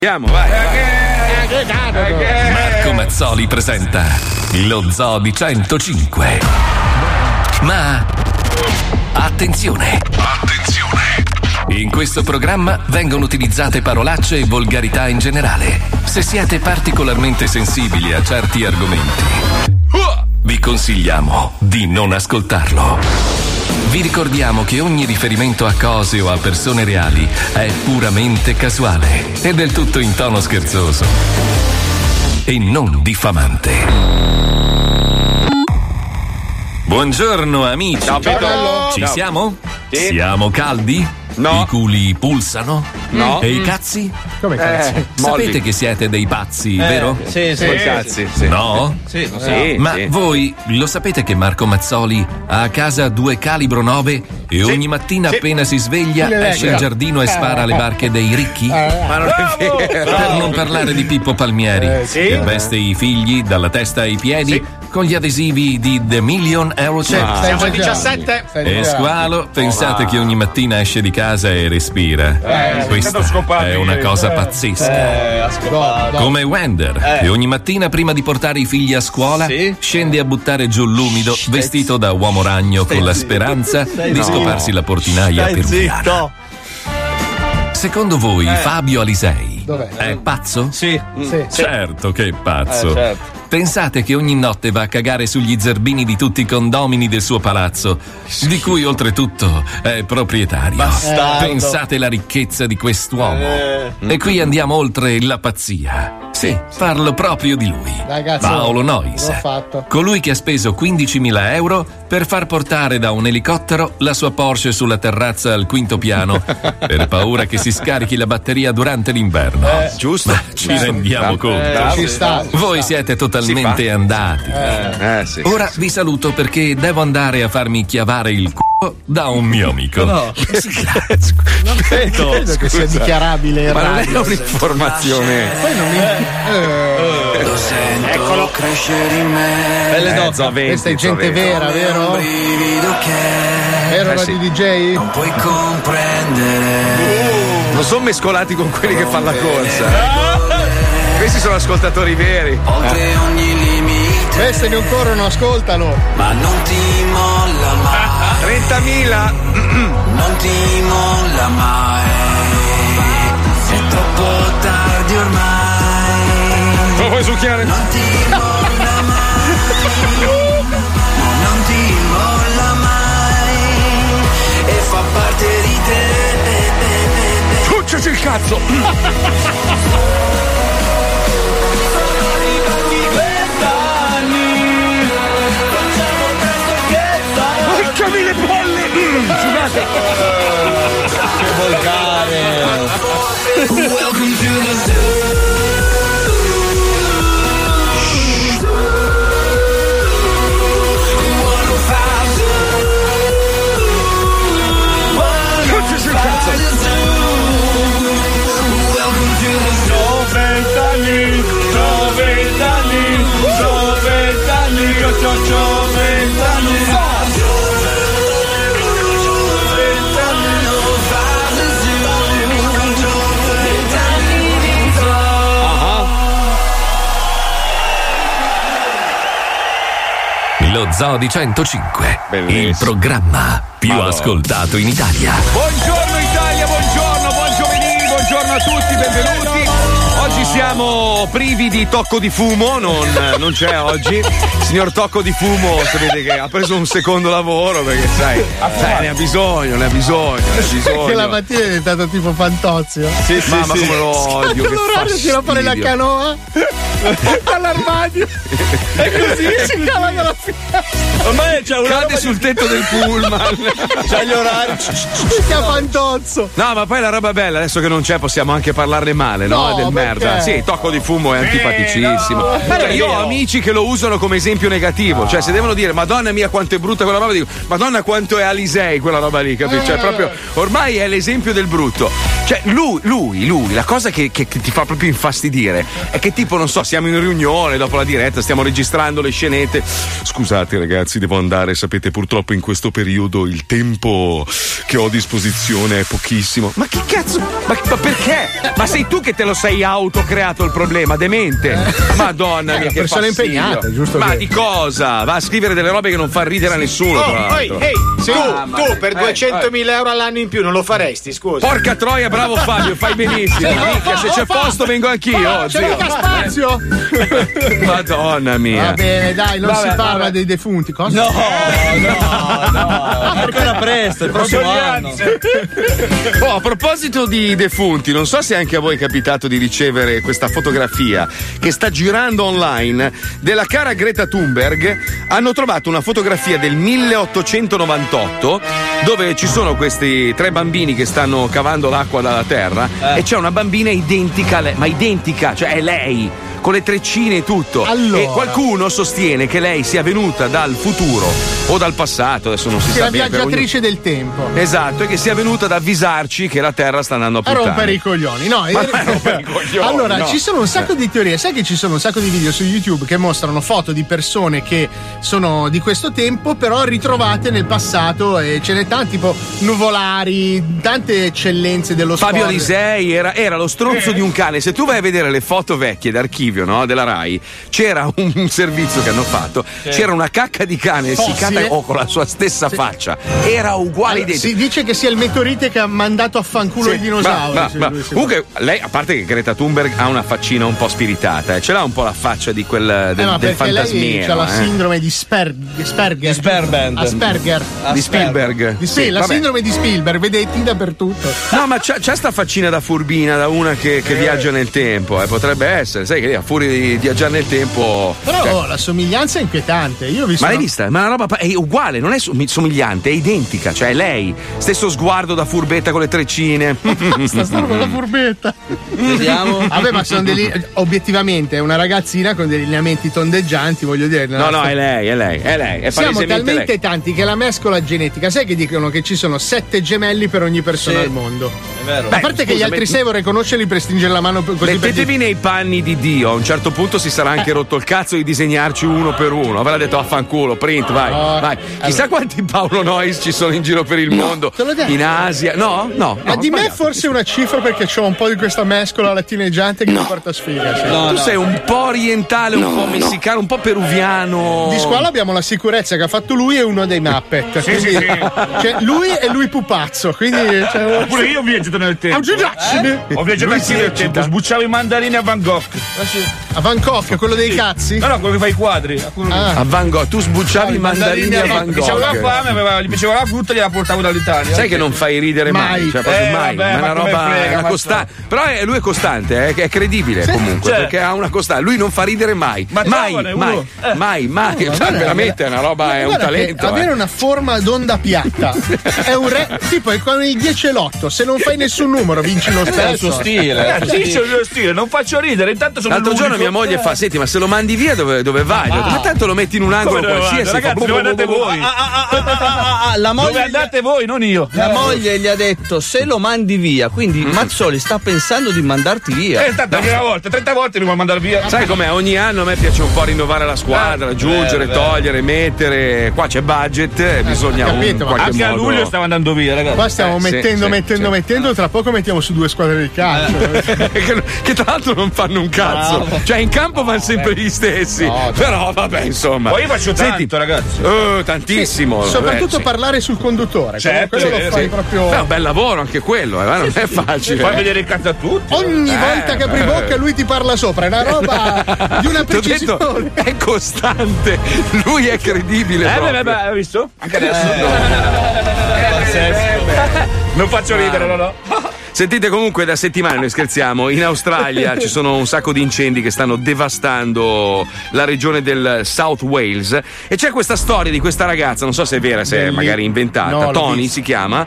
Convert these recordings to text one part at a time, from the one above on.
Andiamo, vai. Marco Mazzoli presenta lo Zoo di 105. Ma attenzione! In questo programma vengono utilizzate parolacce e volgarità in generale. Se siete particolarmente sensibili a certi argomenti, vi consigliamo di non ascoltarlo. Vi ricordiamo che ogni riferimento a cose o a persone reali è puramente casuale e del tutto in tono scherzoso e non diffamante. Buongiorno amici. Ciao, bello. Ci Ciao. siamo? Sì. Siamo caldi? No. I culi pulsano? No. E i cazzi? Come cazzo? Sapete che siete dei pazzi, vero? Sì. Cazzi, sì. No? Sì, lo so. Sì, Ma sì. voi lo sapete che Marco Mazzoli ha a casa 2 calibro 9 e ogni mattina appena si sveglia esce in giardino e spara alle barche dei ricchi? Ma non è vero. Per non parlare di Pippo Palmieri, sì. che veste i figli dalla testa ai piedi con gli adesivi di The Million Euro Check. Siamo al 17. E Squalo, pensate che ogni mattina esce di casa e respira. Questa è una cosa pazzesca. Come Wender, che ogni mattina prima di portare i figli a scuola scende a buttare giù l'umido vestito da uomo ragno con la speranza di scoparsi la portinaia peruviana. Secondo voi Fabio Alisei è pazzo? Sì. Certo che è pazzo. certo. Pensate che ogni notte va a cagare sugli zerbini di tutti i condomini del suo palazzo, di cui oltretutto è proprietario. Pensate la ricchezza di quest'uomo. E qui andiamo oltre la pazzia. Sì, parlo proprio di lui. Ragazzi, Paolo Noyes. l'ho fatto. Colui che ha speso 15.000 euro per far portare da un elicottero la sua Porsche sulla terrazza al 5° piano, per paura che si scarichi la batteria durante l'inverno. Giusto. Ci rendiamo conto. Ci sta. Voi siete totalmente andati. Sì. Ora vi saluto perché devo andare a farmi chiavare il c***o da un mio amico. Non credo che sia dichiarabile in Ma non è radio. un'informazione. Poi non mi... Lo sento crescere in me. Belle Zoo dozze. 20, Questa è gente Zoo 20. vera, vero? Un brivido che Vero sì. Radio DJ? non puoi comprendere. Non sono mescolati con quelli che fanno la corsa. Questi sono ascoltatori veri. Oltre ogni limite, Queste ne corrono, ascoltano. ma non ti molla mai. 30.000. Non ti molla mai. È troppo tardi ormai. Lo vuoi succhiare? Non ti molla mai. Non ti molla mai. E fa parte di te. Pucciaci il cazzo. Porcami le bolle. Scusate. Che volgare. Welcome to the zoo. Pucciaci il cazzo. 90 Lo Zoo di 105, Bellissimo. il programma più Madonna. ascoltato in Italia. Buongiorno Italia, buongiorno, buon giovedì, buongiorno a tutti, benvenuti. Oggi siamo privi di tocco di fumo, non c'è oggi. Signor Tocco di Fumo, sapete che ha preso un secondo lavoro perché sai, ne ha bisogno. Che la mattina è diventato tipo Fantozio. Sì, ma come lo odio, che L'orario tira fuori la fastidio. canoa dall'armadio e così si cala dalla finestra. Ormai c'è una Cade sul tetto del pullman. c'ha gli orari. Si chiama Fantozzo. No, ma poi la roba bella, adesso che non c'è possiamo anche parlarne male, no? No, Del merda. perché? Sì, Tocco di fumo è antipaticissimo. Cioè, io ho amici che lo usano come esempio negativo. Cioè, se devono dire Madonna mia quanto è brutta quella roba, dico Madonna quanto è Alisei quella roba lì, capito? Cioè, proprio ormai è l'esempio del brutto. Cioè, lui, la cosa che ti fa proprio infastidire è che tipo, non so, siamo in riunione dopo la diretta, stiamo registrando le scenette. Scusate ragazzi, devo andare, sapete, purtroppo in questo periodo il tempo che ho a disposizione è pochissimo. Ma che cazzo? Ma perché? Ma sei tu che te lo sei autocreato il problema, demente. Madonna mia, che persona fastidio. impegnata, giusto? Ma che... di cosa? Va a scrivere delle robe che non fa ridere a nessuno. Tu per 200.000 euro all'anno in più non lo faresti, scusa. Porca troia, bravo Fabio, fai benissimo. Minchia, se c'è posto vengo anch'io. C'è mica spazio. Madonna mia. Va bene, dai, non si parla dei defunti. Cosa? No, ancora presto, il prossimo anno. Oh, a proposito di defunti, non so se anche a voi è capitato di ricevere questa fotografia che sta girando online della cara Greta Thunberg. Hanno trovato una fotografia del 1898 dove ci sono questi 3 bambini che stanno cavando l'acqua dalla terra e c'è una bambina identica a lei, ma identica, cioè è lei, con le treccine e tutto. Allora. E qualcuno sostiene che lei sia venuta dal futuro o dal passato, adesso non si sa la bene. viaggiatrice del tempo. Esatto, e che sia venuta ad avvisarci che la Terra sta andando a A puttane. rompere i coglioni. No, rompere i coglioni, allora, no. ci sono un sacco di teorie. Sai che ci sono un sacco di video su YouTube che mostrano foto di persone che sono di questo tempo, però ritrovate nel passato, e ce n'è tanti, tipo nuvolari, tante eccellenze dello sport. Fabio Alisei era lo stronzo di un cane. Se tu vai a vedere le foto vecchie d'archivio, no, della Rai, c'era un servizio che hanno fatto, c'era una cacca di cane essiccata con la sua stessa faccia, era uguale identico. Si dice che sia il meteorite che ha mandato a fanculo i dinosauri. Comunque lei, a parte che Greta Thunberg ha una faccina un po' spiritata, ce l'ha un po' la faccia di quel del fantasmiero. C'ha la sindrome di Asperger. Di Spielberg. Sì, la sindrome di Spielberg, vedete dappertutto. No, ma c'ha sta faccina da furbina, da una che viaggia nel tempo, potrebbe essere, sai che lì a furia di viaggiare nel tempo. Però la somiglianza è inquietante. Io ho visto. Ma l'hai vista? Ma la roba è uguale, non è somigliante, è identica, cioè lei, stesso sguardo da furbetta con le treccine. Sta con la furbetta. Vediamo. Vabbè, ma sono obiettivamente è una ragazzina con dei lineamenti tondeggianti, voglio dire. No, è lei. È siamo talmente lei. tanti che la mescola genetica, sai che dicono che ci sono 7 gemelli per ogni persona al mondo. È vero. A parte che gli altri 6 vorrei conoscerli per stringere la mano così. Mettetevi nei panni di Dio, a un certo punto si sarà anche rotto il cazzo di disegnarci uno per uno. Avrà detto affanculo, print, vai. Chissà quanti Paolo Noyes ci sono in giro per il mondo. In Asia. No. Ma di me forse una cifra, perché c'ho un po' di questa mescola latineggiante che mi porta sfiga. Sì. Tu sei un po' orientale, un po' messicano, un po' peruviano. Di scuola abbiamo la sicurezza che ha fatto lui e uno dei Muppet. Sì. Cioè, lui e lui pupazzo. Quindi. Pure io ho viaggiato nel tempo. Ho viaggiato anche nel tempo. Sbucciavo i mandarini a Van Gogh. A Bangkok, quello dei cazzi? No, quello che fa i quadri. A Van Gogh, tu sbucciavi i mandarini a Van C'aveva la Gogh. fame, gli piaceva la frutta e gliela portavo dall'Italia. Sai che non fai ridere mai, cioè proprio mai. Vabbè, ma è una ma come roba frega, è una ma costante. Però lui è costante, è credibile comunque, perché ha una costante. Lui non fa ridere mai. Ma mai. Veramente è una roba, è un talento. Avere una forma d'onda piatta è un tipo è con il 10 se non fai nessun numero vinci lo stesso. È il suo stile. Sì, c'è il mio stile, non faccio ridere, intanto sono L'altro giorno mia moglie fa: senti, ma se lo mandi via dove vai? Ma tanto lo metti in un angolo qualsiasi. Ragazzi, dove andate voi? La moglie Dove andate voi, non io. La moglie gli ha detto: se lo mandi via, quindi Mazzoli sta pensando di mandarti via. Intanto la prima volta, 30 volte mi vuole mandare via. Sai com'è? Ogni anno a me piace un po' rinnovare la squadra, aggiungere, togliere, mettere. Qua c'è budget, bisogna capito, qualche anche modo. a luglio stavo andando via, ragazzi. Qua stiamo mettendo, tra poco mettiamo su 2 squadre di calcio. che tra l'altro non fanno un cazzo. Cioè in campo vanno sempre gli stessi. Però vabbè, insomma. Poi io faccio tanto, ragazzi. Tantissimo. Soprattutto parlare sul conduttore. Certo, quello lo fai proprio. È un bel lavoro anche quello, non è facile. Fai vedere il cazzo a tutti. Ogni volta che apri bocca lui ti parla sopra, è una roba di una Ti ho detto, precisione. è costante, lui è credibile. Hai visto? Anche adesso. Non faccio ridere, no. Sentite, comunque da settimane noi scherziamo, in Australia ci sono un sacco di incendi che stanno devastando la regione del South Wales e c'è questa storia di questa ragazza, non so se è vera, se è magari inventata, Tony si chiama,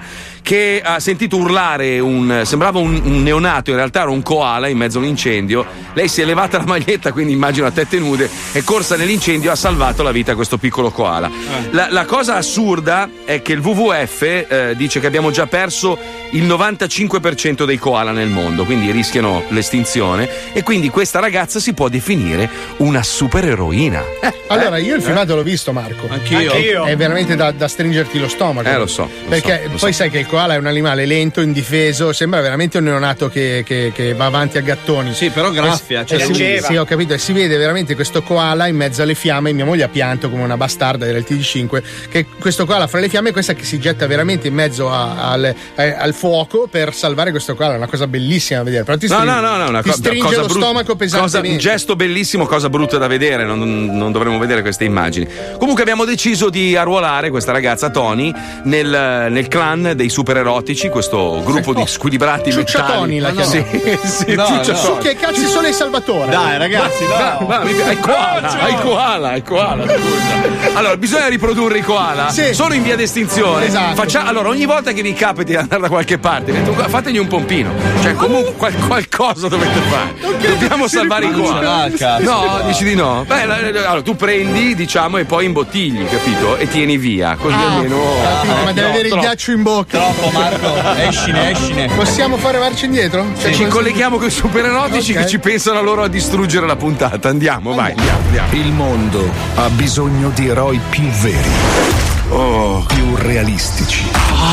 che ha sentito urlare sembrava un neonato, in realtà era un koala in mezzo a un incendio. Lei si è levata la maglietta, quindi immagino a tette nude, è corsa nell'incendio e ha salvato la vita a questo piccolo koala. La cosa assurda è che il WWF dice che abbiamo già perso il 95% dei koala nel mondo, quindi rischiano l'estinzione, e quindi questa ragazza si può definire una supereroina. Allora, io il filmato l'ho visto, Marco. Anch'io. È veramente da stringerti lo stomaco. Lo so. Perché poi sai che il koala è un animale lento, indifeso, sembra veramente un neonato che va avanti a gattoni. Sì, però graffia. Sì, ho capito. E si vede veramente questo koala in mezzo alle fiamme. Mia moglie ha pianto come una bastarda del TG5. Che questo koala fra le fiamme, questa che si getta veramente in mezzo al fuoco per salvare questo koala. È una cosa bellissima da vedere. Però ti stringe lo stomaco pesantemente. Un gesto bellissimo, cosa brutta da vedere. Non dovremmo vedere queste immagini. Comunque abbiamo deciso di arruolare questa ragazza Tony nel clan dei supererotici, questo gruppo di squilibrati Ciucciatoni la chiamiamo. Sì, Su che cazzo sono i Salvatore? Dai ragazzi, ai koala, scusa. Allora, bisogna riprodurre i koala. Sì. Sono in via d'estinzione. Esatto. Allora, ogni volta che vi capiti di andare da qualche parte, fategli un pompino. Cioè, comunque qualcosa dovete fare. Dobbiamo salvare i koala. No, dici di no. Beh, allora tu prendi, diciamo, e poi imbottigli, capito? E tieni via. Così almeno. Ma deve avere il ghiaccio in bocca. Troppo, Marco. Escine. Possiamo fare marcia indietro? Ci colleghiamo con i supererotici che ci pensano loro a distruggere la puntata. Andiamo. Andiamo. Il mondo ha bisogno di eroi più veri, più realistici.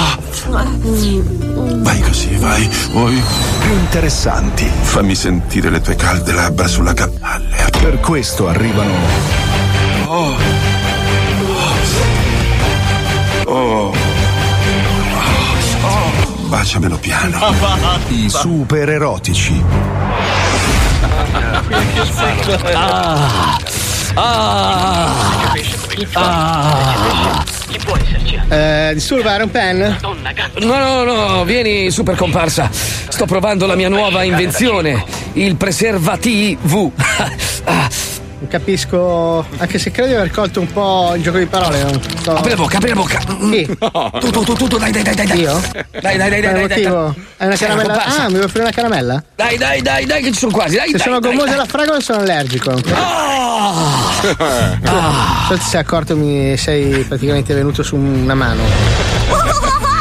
Vai così, vai. Vuoi? Più interessanti. Fammi sentire le tue calde labbra sulla cappella. Per questo arrivano baciamelo piano. i supererotici. Disturbare un pen? No, vieni, super comparsa. Sto provando la mia nuova invenzione, il preservativo. Non capisco, anche se credo di aver colto un po' il gioco di parole. Non so. Apri la bocca. Sì. Tu, dai. Io? Dai. È una caramella. Ah, mi vuoi offrire una caramella? Dai, che ci sono quasi. Se sono gommosa alla fragola sono allergico. Non so se ti sei accorto, mi sei praticamente venuto su una mano.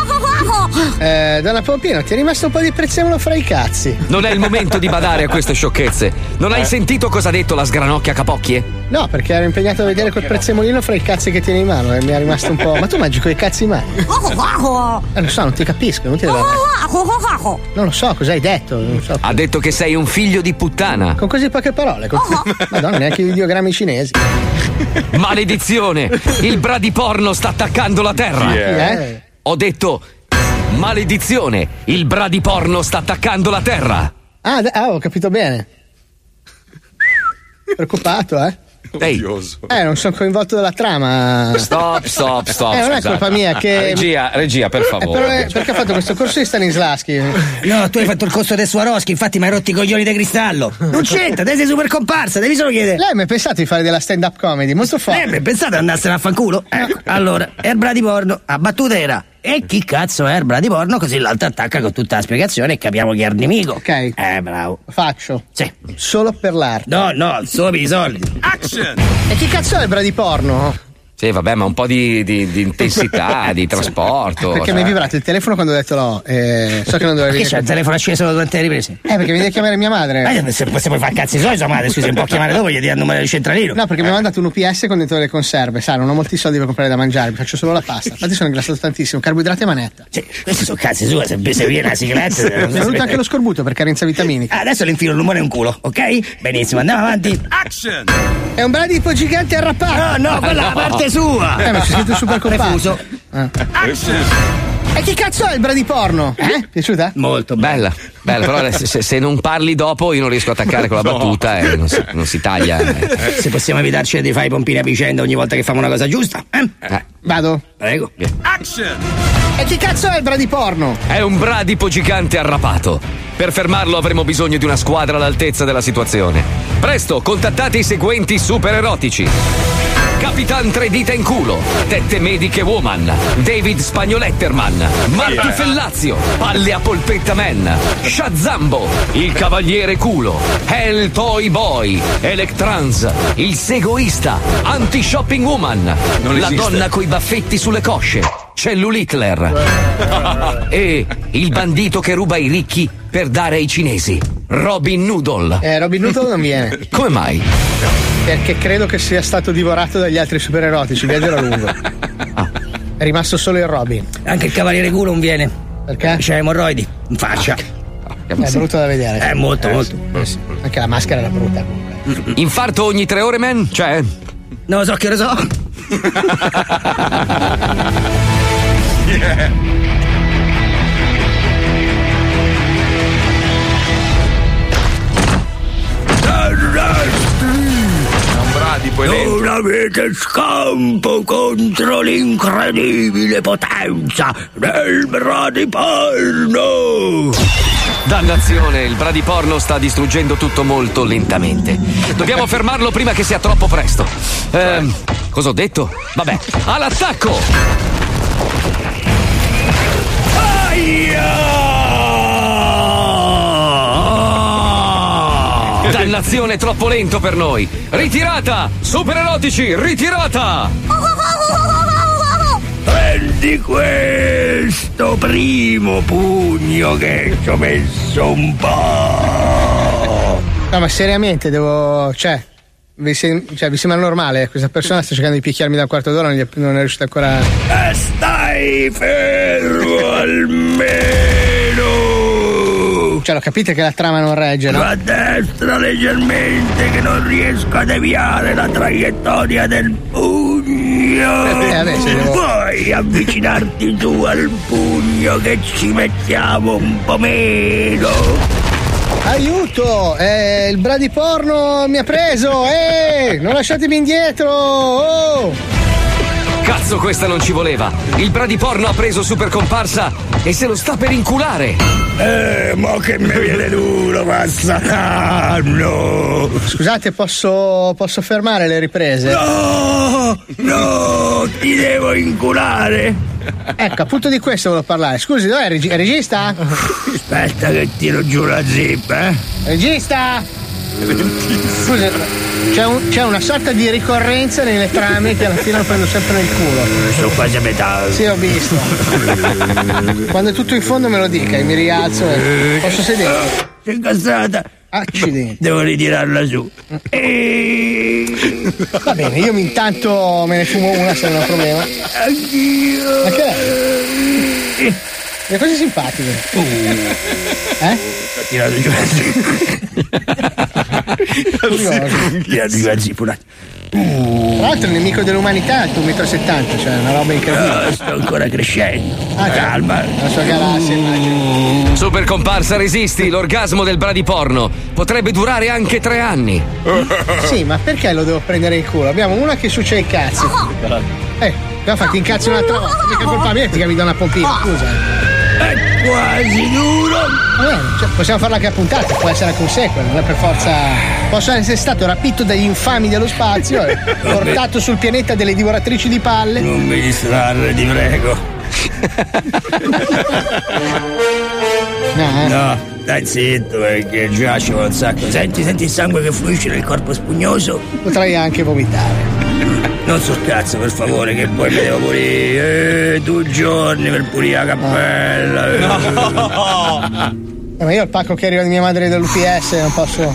Donna Pompino, ti è rimasto un po' di prezzemolo fra i cazzi. Non è il momento di badare a queste sciocchezze. Non hai sentito cosa ha detto la sgranocchia Capocchie? No, perché ero impegnato a vedere quel prezzemolino fra i cazzi che tieni in mano e mi è rimasto un po'. Ma tu mangi quei cazzi in mano? Non so, non ti capisco, non ti devo. Non lo so, cosa hai detto? Non so. Ha detto che sei un figlio di puttana. Con così poche parole. Madonna, neanche i ideogrammi cinesi. Maledizione! Il bradiporno sta attaccando la terra. Ho detto maledizione! Il bradiporno sta attaccando la terra. Ho capito bene. Preoccupato, Ehi, non sono coinvolto dalla trama. Stop. Non è colpa mia che. Regia, per favore. Perché ha fatto questo corso di Stanislaschi? No, tu hai fatto il corso del Swarovski, infatti mi hai rotti i coglioni di cristallo. Non c'entra, te sei super comparsa, devi solo chiedere. Lei mi ha pensato di fare della stand-up comedy, molto forte. Mi ha pensato di andarsene a fanculo? Allora, il bradiporno, a battuta era: e chi cazzo è il bradiporno? Così l'altro attacca con tutta la spiegazione e capiamo chi è il nemico. Ok. Bravo. Faccio. Sì. Solo per l'arte. No, solo per i soldi. Action! E chi cazzo è il bradiporno? Sì, vabbè, ma un po' di intensità, di trasporto. Perché mi è vibrato il telefono quando ho detto no. So che non dovevi. Perché c'è il telefono acceso durante le riprese? Perché mi devi chiamare mia madre. Se puoi fare cazzi suoi, sua madre, scusa, non può chiamare dopo, gli dia il numero del centralino. No, perché mi ha mandato un UPS con dentro le conserve, sai, non ho molti soldi per comprare da mangiare, mi faccio solo la pasta. Infatti sono ingrassato tantissimo, carboidrati e manetta. Sì, questi sono cazzi suoi, se viene la sigletta. Mi è venuto anche lo scorbuto per carenza vitaminica. Adesso le infilo il rumore in culo, ok? Benissimo, andiamo avanti. Action! È un bradipo gigante arrappato. No, quella è la parte sua. Ma c'è scritto super comparso. Action! E chi cazzo è il bradiporno? Piaciuta? Molto bella, però se non parli dopo io non riesco a attaccare con la battuta e non si taglia. Se possiamo evitarci di fare i pompini a vicenda ogni volta che facciamo una cosa giusta. Vado. Prego. Action! E chi cazzo è il bradiporno? È un bradipo gigante arrapato. Per fermarlo avremo bisogno di una squadra all'altezza della situazione. Presto, contattate i seguenti supererotici. Capitan Tre Dita in Culo, Tette Mediche Woman, David Spagnoletterman, Marty Fellazio, Palle a Polpetta Man, Shazambo, il Cavaliere Culo, Hell Toy Boy, Electrans, il Segoista, Anti-Shopping Woman, la donna coi baffetti sulle cosce, Cellulitler e il bandito che ruba i ricchi per dare ai cinesi, Robin Noodle. Robin Noodle non viene. Come mai? Perché credo che sia stato divorato dagli altri supererotici, viaggio era lungo. È rimasto solo il Robin. Anche il Cavaliere Culo non viene. Perché? C'è emorroidi in faccia. È brutto da vedere. Molto. Sì. Anche la maschera era brutta. Infarto ogni 3 ore, man? Cioè? Non lo so che lo so. Non avete scampo contro l'incredibile potenza del bradiporno. Dannazione, il bradiporno sta distruggendo tutto molto lentamente. Dobbiamo fermarlo prima che sia troppo presto. Cosa ho detto? Vabbè, all'attacco! Dannazione, troppo lento per noi. Ritirata! Supererotici, ritirata! Prendi questo primo pugno che ci ho messo un po'. No, ma seriamente devo. Vi sembra normale? Questa persona sta cercando di picchiarmi da un quarto d'ora, non è riuscita ancora. Stai fermo almeno! Lo capite che la trama non regge, no? A destra leggermente, che non riesco a deviare la traiettoria del pugno. Puoi avvicinarti tu al pugno che ci mettiamo un po' meno. Aiuto! Il bradiporno mi ha preso! Non lasciatemi indietro! Oh! Cazzo, questa non ci voleva! Il bradiporno ha preso Super Comparsa e se lo sta per inculare! Mo che mi viene duro, Massano! Scusate, posso fermare le riprese? No, ti devo inculare! Ecco, appunto di questo volevo parlare. Scusi, dov'è il regista? Aspetta che tiro giù la zip, Regista! Scusa, c'è una sorta di ricorrenza nelle trame che alla fine lo prendo sempre nel culo. Sono quasi a metà. Sì, ho visto. Quando è tutto in fondo me lo dica e mi rialzo e posso sedere. Sei incastrata. Accidenti. Devo ritirarla su. Va bene, io intanto me ne fumo una se non ho problema. Anch'io. Ma che è? Le cose simpatiche. Tirato giù la zip. Tra l'altro il nemico dell'umanità è alto 1,70 m, cioè una roba incredibile. Sto ancora crescendo. Calma. La sua galassia, immagino. Super Comparsa, resisti, l'orgasmo del bradiporno potrebbe durare anche 3 anni. Sì, ma perché lo devo prendere in culo? Abbiamo una che succia i cazzi. Abbiamo fatto incazzo un'altra volta. Mica colpa mia che mi dà una pompina, scusa. È quasi duro. Va bene, possiamo farla anche a puntate, può essere anche un sequel, non è per forza. Posso essere stato rapito dagli infami dello spazio e portato sul pianeta delle divoratrici di palle. Non mi distrarre, ti prego. No, stai zitto perché già ci va un sacco. Senti il sangue che fluisce nel corpo spugnoso? Potrei anche vomitare. Non sul cazzo, per favore, che poi mi devo pulire 2 giorni per pulire la cappella. Ma io il pacco che arriva di mia madre dall'UPS non posso.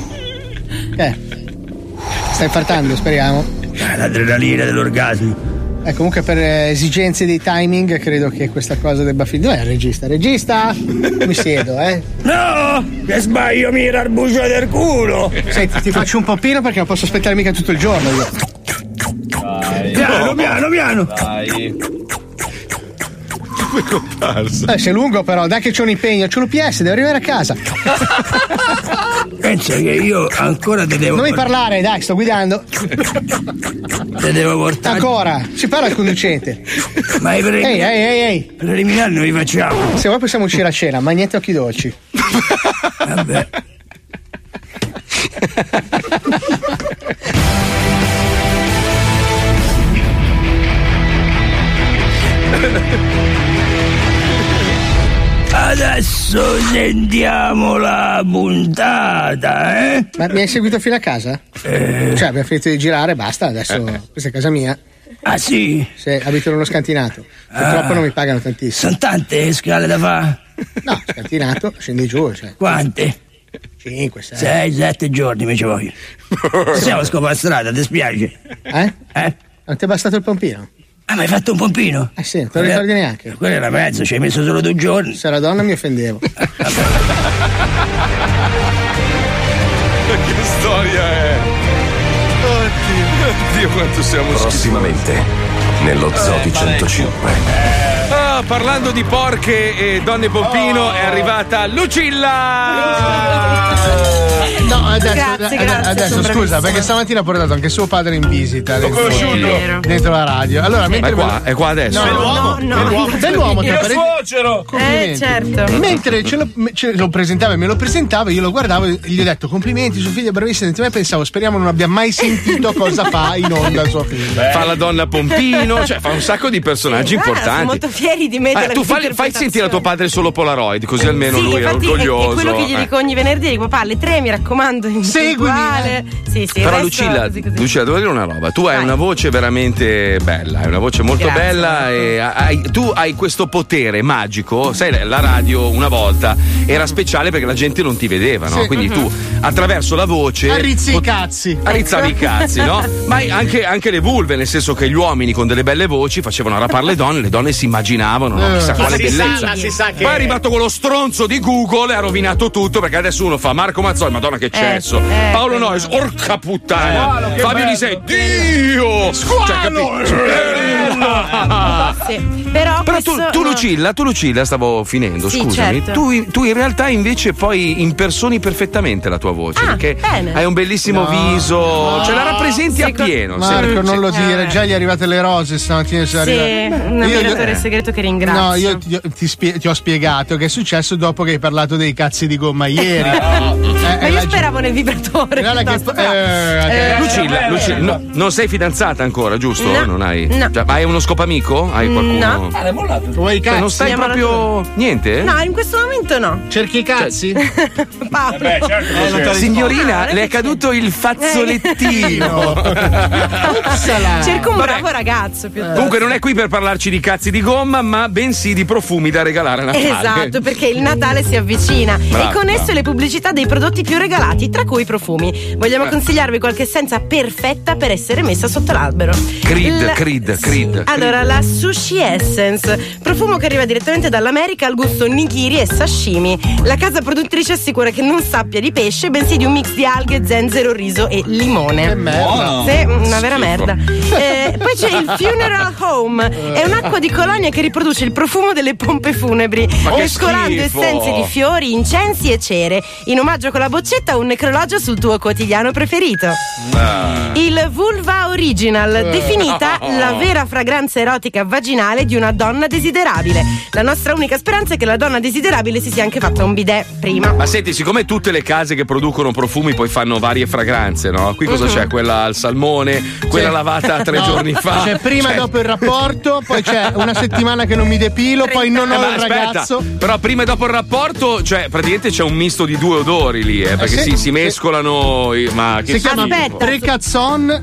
Stai infartando, speriamo. L'adrenalina dell'orgasmo. Comunque per esigenze di timing credo che questa cosa debba finire. Dov'è il regista? Regista? Mi siedo, No! Che sbaglio mira al bucio del culo! Senti, ti faccio un pompino perché non posso aspettare mica tutto il giorno io. Piano. Dai. Come comparsa? Sei lungo però, dai che c'è un impegno, c'è l'UPS, devo arrivare a casa. Pensa che io ancora te devo. Non mi parlare, dai, sto guidando. Te devo portare. Ancora, si parla al conducente. Ma Ehi. Preliminari non li facciamo. Se vuoi possiamo uscire a cena, ma niente occhi dolci. Vabbè. Adesso sentiamo la puntata, eh? Ma mi hai seguito fino a casa? Cioè, abbiamo finito di girare, basta, adesso questa è casa mia. Ah sì? Sì, abito in uno scantinato. Purtroppo non mi pagano tantissimo. Sono tante scale da fare? No, scantinato, scendi giù, cioè. Quante? 5, 6. 6, 7 giorni mi ci voglio. Siamo a scopare strada, ti spiace? Non ti è bastato il pompino? Ah, ma hai fatto un pompino? Sì, non te lo ricordi neanche. Quello era mezzo, ci hai messo solo 2 giorni. Se era donna mi offendevo. Che storia è? Oddio quanto siamo prossimamente nello Zoo di 105. Parlando di porche e donne pompino è arrivata Lucilla. No, adesso, Grazie, scusa, perché stamattina ha portato anche suo padre in visita dentro la radio. Allora, ma è qua adesso? No. Bell'uomo, il suocero. Certo. Mentre ce lo presentava e me lo presentava, io lo guardavo e gli ho detto complimenti, suo figlio è bravissimo. E pensavo, speriamo non abbia mai sentito cosa fa in onda suo figlio. Fa la donna pompino, cioè fa un sacco di personaggi importanti. Sono molto fieri di me. Tu fai sentire a tuo padre solo Polaroid, così almeno lui è orgoglioso. È quello che gli dico ogni venerdì, dico papà alle 3 mi raccomando, seguimi. Sì, però Lucilla, devo dire una roba, tu hai una voce veramente bella, hai una voce molto bella e tu hai questo potere magico, sai, la radio una volta era speciale perché la gente non ti vedeva, no? Quindi tu attraverso la voce arizzavi i cazzi, no? Ma anche le vulve, nel senso che gli uomini con delle belle voci facevano rapare le donne si immaginavano, no? Chissà quale bellezza. Poi è arrivato quello stronzo di Google e ha rovinato tutto, perché adesso uno fa Marco Mazzoli, madonna che cesso, Paolo Noyes, orca puttana, Fabio Lisei, Dio, squalo, però tu Lucilla, stavo finendo, sì, scusami, certo. tu in realtà invece poi impersoni perfettamente la tua voce, perché hai un bellissimo viso, ce la rappresenti appieno. Marco, non lo dire, già gli è arrivate le rose stamattina. Un ammiratore segreto che ringrazio. No, io ti ho spiegato che è successo dopo che hai parlato dei cazzi di gomma ieri. Ma io speravo nel vibratore. Lucilla, non sei fidanzata ancora, giusto? No. Non hai. No. Cioè, hai uno scopamico? Hai qualcuno? No. L'hai mollato? Vuoi i cazzi? Non stai proprio. Niente? No, in questo momento no. Cerchi i cazzi? Paolo. Certo. Signorina, le è caduto il fazzolettino. Cerco un bravo ragazzo piuttosto. Comunque non è qui per parlarci di cazzi di gomma, ma bensì di profumi da regalare a Natale. Esatto, perché il Natale si avvicina e con esso le pubblicità dei prodotti più regalati, tra cui i profumi. Vogliamo consigliarvi qualche essenza perfetta per essere messa sotto l'albero. Creed. Allora, la Sushi Essence, profumo che arriva direttamente dall'America al gusto nigiri e sashimi. La casa produttrice assicura che non sappia di pesce, bensì di un mix di alghe, zenzero, riso e limone. Che merda. Sì, una vera merda. Poi c'è il Funeral Home, è un'acqua di colonia che riproduce il profumo delle pompe funebri, mescolando essenze di fiori, incensi e cere. In omaggio con la boccetta un necrologio sul tuo quotidiano preferito. Il Vulva Original, definita la vera fragranza erotica vaginale di una donna desiderabile. La nostra unica speranza è che la donna desiderabile si sia anche fatta un bidet prima. Ma senti, siccome tutte le case che producono profumi poi fanno varie fragranze, no? Qui cosa c'è? Quella al salmone, quella lavata 3 giorni fa. C'è prima e dopo il rapporto, poi c'è una settimana che non mi depilo, poi non ho il ragazzo. Però prima e dopo il rapporto, cioè praticamente c'è un misto di 2 odori lì, perché si mescolano. Ma che si chiama Precazzon.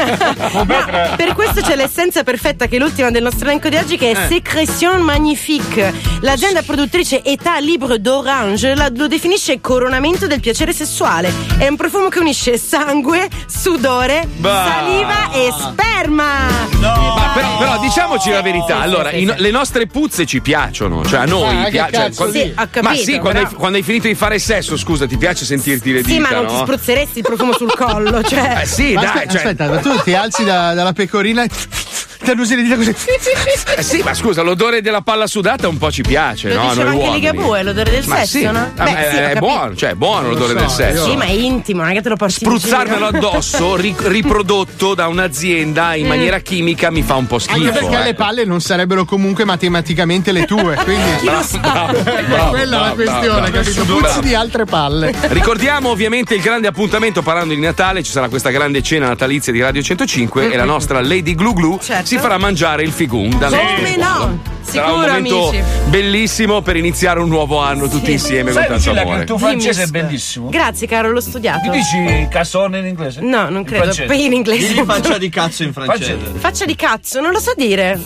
Per questo c'è l'essenza perfetta, che è l'ultima del nostro elenco di oggi, che è Sécrétion Magnifique. L'azienda produttrice État Libre d'Orange lo definisce coronamento del piacere sessuale. È un profumo che unisce sangue, sudore, saliva e sperma. Però diciamoci la verità. Allora, le nostre puzze ci piacciono, cioè a noi piace. Sì, ho capito. Ma sì, quando hai finito di fare sesso, scusa, ti piace sentirti le dita? Sì, ma non no? ti spruzzeresti il profumo sul collo, cioè. Sì, ma dai. Aspetta, ma tu ti alzi dalla pecorina e ti annusi le dita così. Sì, ma scusa, l'odore della palla sudata un po' ci piace, lo no? diceva Noi anche uomini. Ligabue, l'odore del sesso, sì. no? È buono, cioè è buono l'odore del sesso. Sì, ma è intimo, non è che te lo porti Spruzzarmelo in giro. addosso, riprodotto da un'azienda in maniera chimica, mi fa un po' schifo. Anche perché le palle non sarebbero comunque matematicamente le tue, quindi bravo, quella è la questione, capito? Puzzi di altre palle. Ricordiamo ovviamente il grande appuntamento, parlando di Natale, ci sarà questa grande cena natalizia di Radio 105 e la nostra Lady Glu Glu si farà mangiare il figun. Come no? Sarà un momento amici. bellissimo per iniziare un nuovo anno tutti insieme con tanto Lucilla, amore. che il tuo francese è bellissimo. Grazie caro, l'ho studiato. Mi dici cassone in inglese? No, non credo. Poi in inglese. Digli faccia di cazzo in francese. Faccia di cazzo, non lo so dire.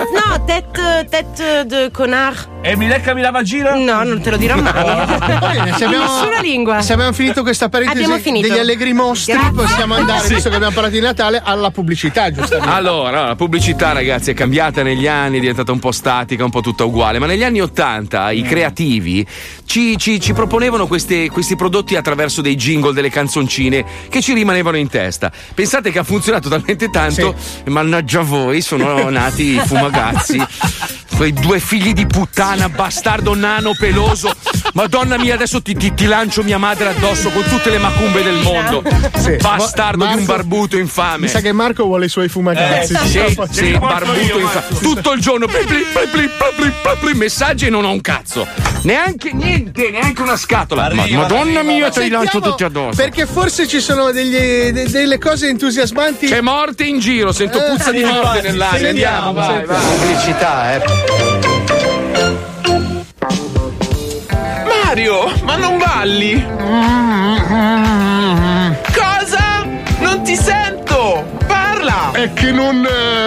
Tête de connard. E mi leccami la vagina? No, non te lo dirò mai. Nessuna lingua. Se abbiamo finito questa parentesi Abbiamo finito. degli allegri mostri, Grazie. possiamo andare, visto che abbiamo parlato di Natale, alla pubblicità, giustamente. Allora, la pubblicità, ragazzi, è cambiata negli anni, è diventata un po' statica, un po' tutta uguale, ma negli anni '80 i creativi ci proponevano questi prodotti attraverso dei jingle, delle canzoncine che ci rimanevano in testa. Pensate che ha funzionato talmente tanto, mannaggia voi, sono nati i Fumagazzi. Quei due figli di puttana, bastardo nano peloso. Madonna mia, adesso ti lancio mia madre addosso con tutte le macumbe del mondo. Bastardo di un barbuto infame. Mi sa che Marco vuole i suoi Fumagazzi. Sì, barbuto infame. Tutto il giorno messaggi e non ho un cazzo. Neanche niente, neanche una scatola. Madonna mia, te li lancio tutti addosso. Perché forse ci sono delle cose entusiasmanti. C'è morte in giro, sento puzza di morte nell'aria. Andiamo, vai. Pubblicità, Mario, ma non balli? Cosa? Non ti sento! Parla! È che non...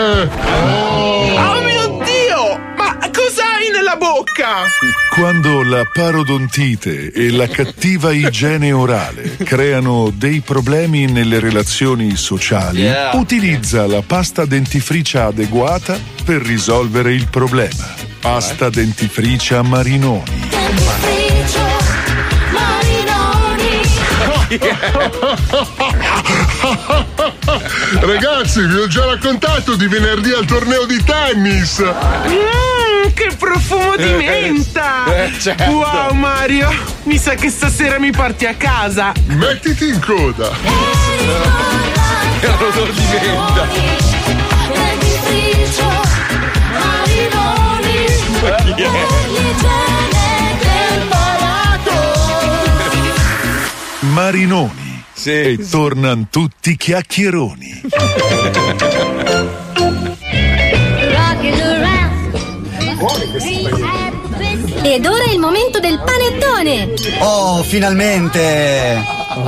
Oh mio Dio! Ma cosa hai nella bocca? Quando la parodontite e la cattiva igiene orale creano dei problemi nelle relazioni sociali, utilizza la pasta dentifricia adeguata per risolvere il problema. Pasta dentifricia Marinoni. Ragazzi, vi ho già raccontato di venerdì al torneo di tennis. Che profumo di menta! Certo. Wow, Mario, mi sa che stasera mi porti a casa. Mettiti in coda. Che odore di menta. Marinoni. E tornan tutti chiacchieroni. Ed ora è il momento del panettone. Oh, finalmente.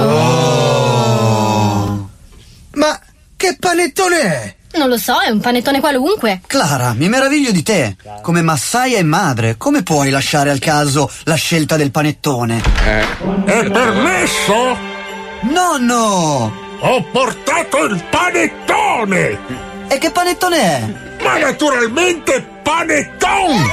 Ma che panettone è? Non lo so, è un panettone qualunque. Clara, mi meraviglio di te. Come massaia e madre, come puoi lasciare al caso la scelta del panettone? È permesso? Nonno! Ho portato il panettone! E che panettone è? Ma naturalmente panettone!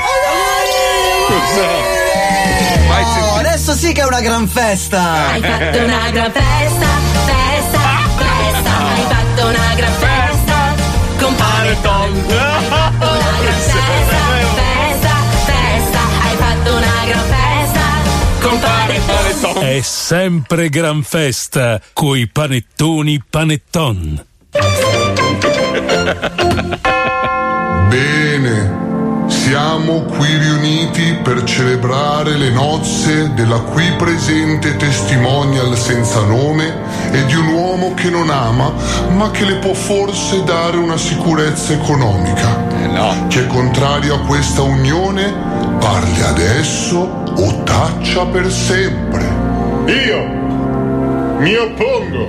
Oh, adesso sì che è una gran festa! Hai fatto una gran festa, festa, festa. Hai fatto una gran festa con panettone. Hai fatto una gran festa, festa, festa. Hai fatto una gran festa con panettone. È sempre gran festa coi panettoni Panetton. Bene, siamo qui riuniti per celebrare le nozze della qui presente testimonial senza nome e di un uomo che non ama, ma che le può forse dare una sicurezza economica. Chi è contrario a questa unione parli adesso o taccia per sempre. Io mi oppongo.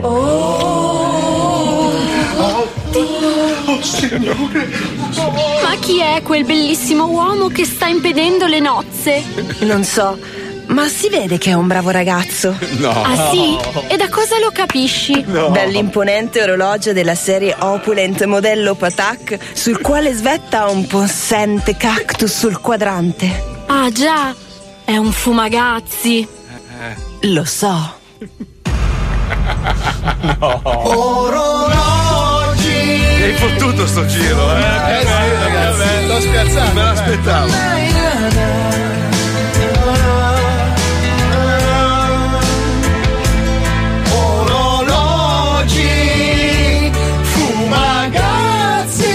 Oh signore! Ma chi è quel bellissimo uomo che sta impedendo le nozze? Non so, ma si vede che è un bravo ragazzo. No. Ah sì? E da cosa lo capisci? Dall'imponente orologio della serie Opulent modello Patak, sul quale svetta un possente cactus sul quadrante. Ah già, è un Fumagazzi. Lo so. Orologi! Hai fottuto sto giro, sì, ragazzi, l'ho spiazzato. Me l'aspettavo. Orologi, Fumagazzi.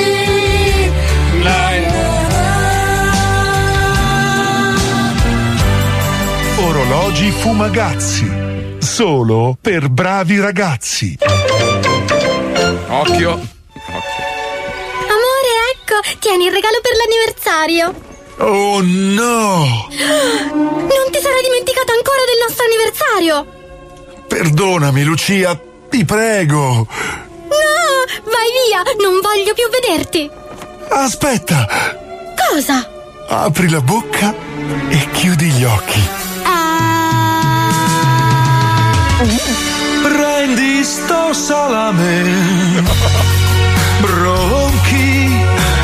Orologi Fumagazzi. Solo per bravi ragazzi. Occhio. Amore, Ecco, tieni il regalo per l'anniversario. Oh no! Non ti sarai dimenticato ancora del nostro anniversario? Perdonami, Lucia, ti prego. No, vai via, non voglio più vederti. Aspetta. Cosa? Apri la bocca e chiudi gli occhi. Prendi sto salame, bronchi,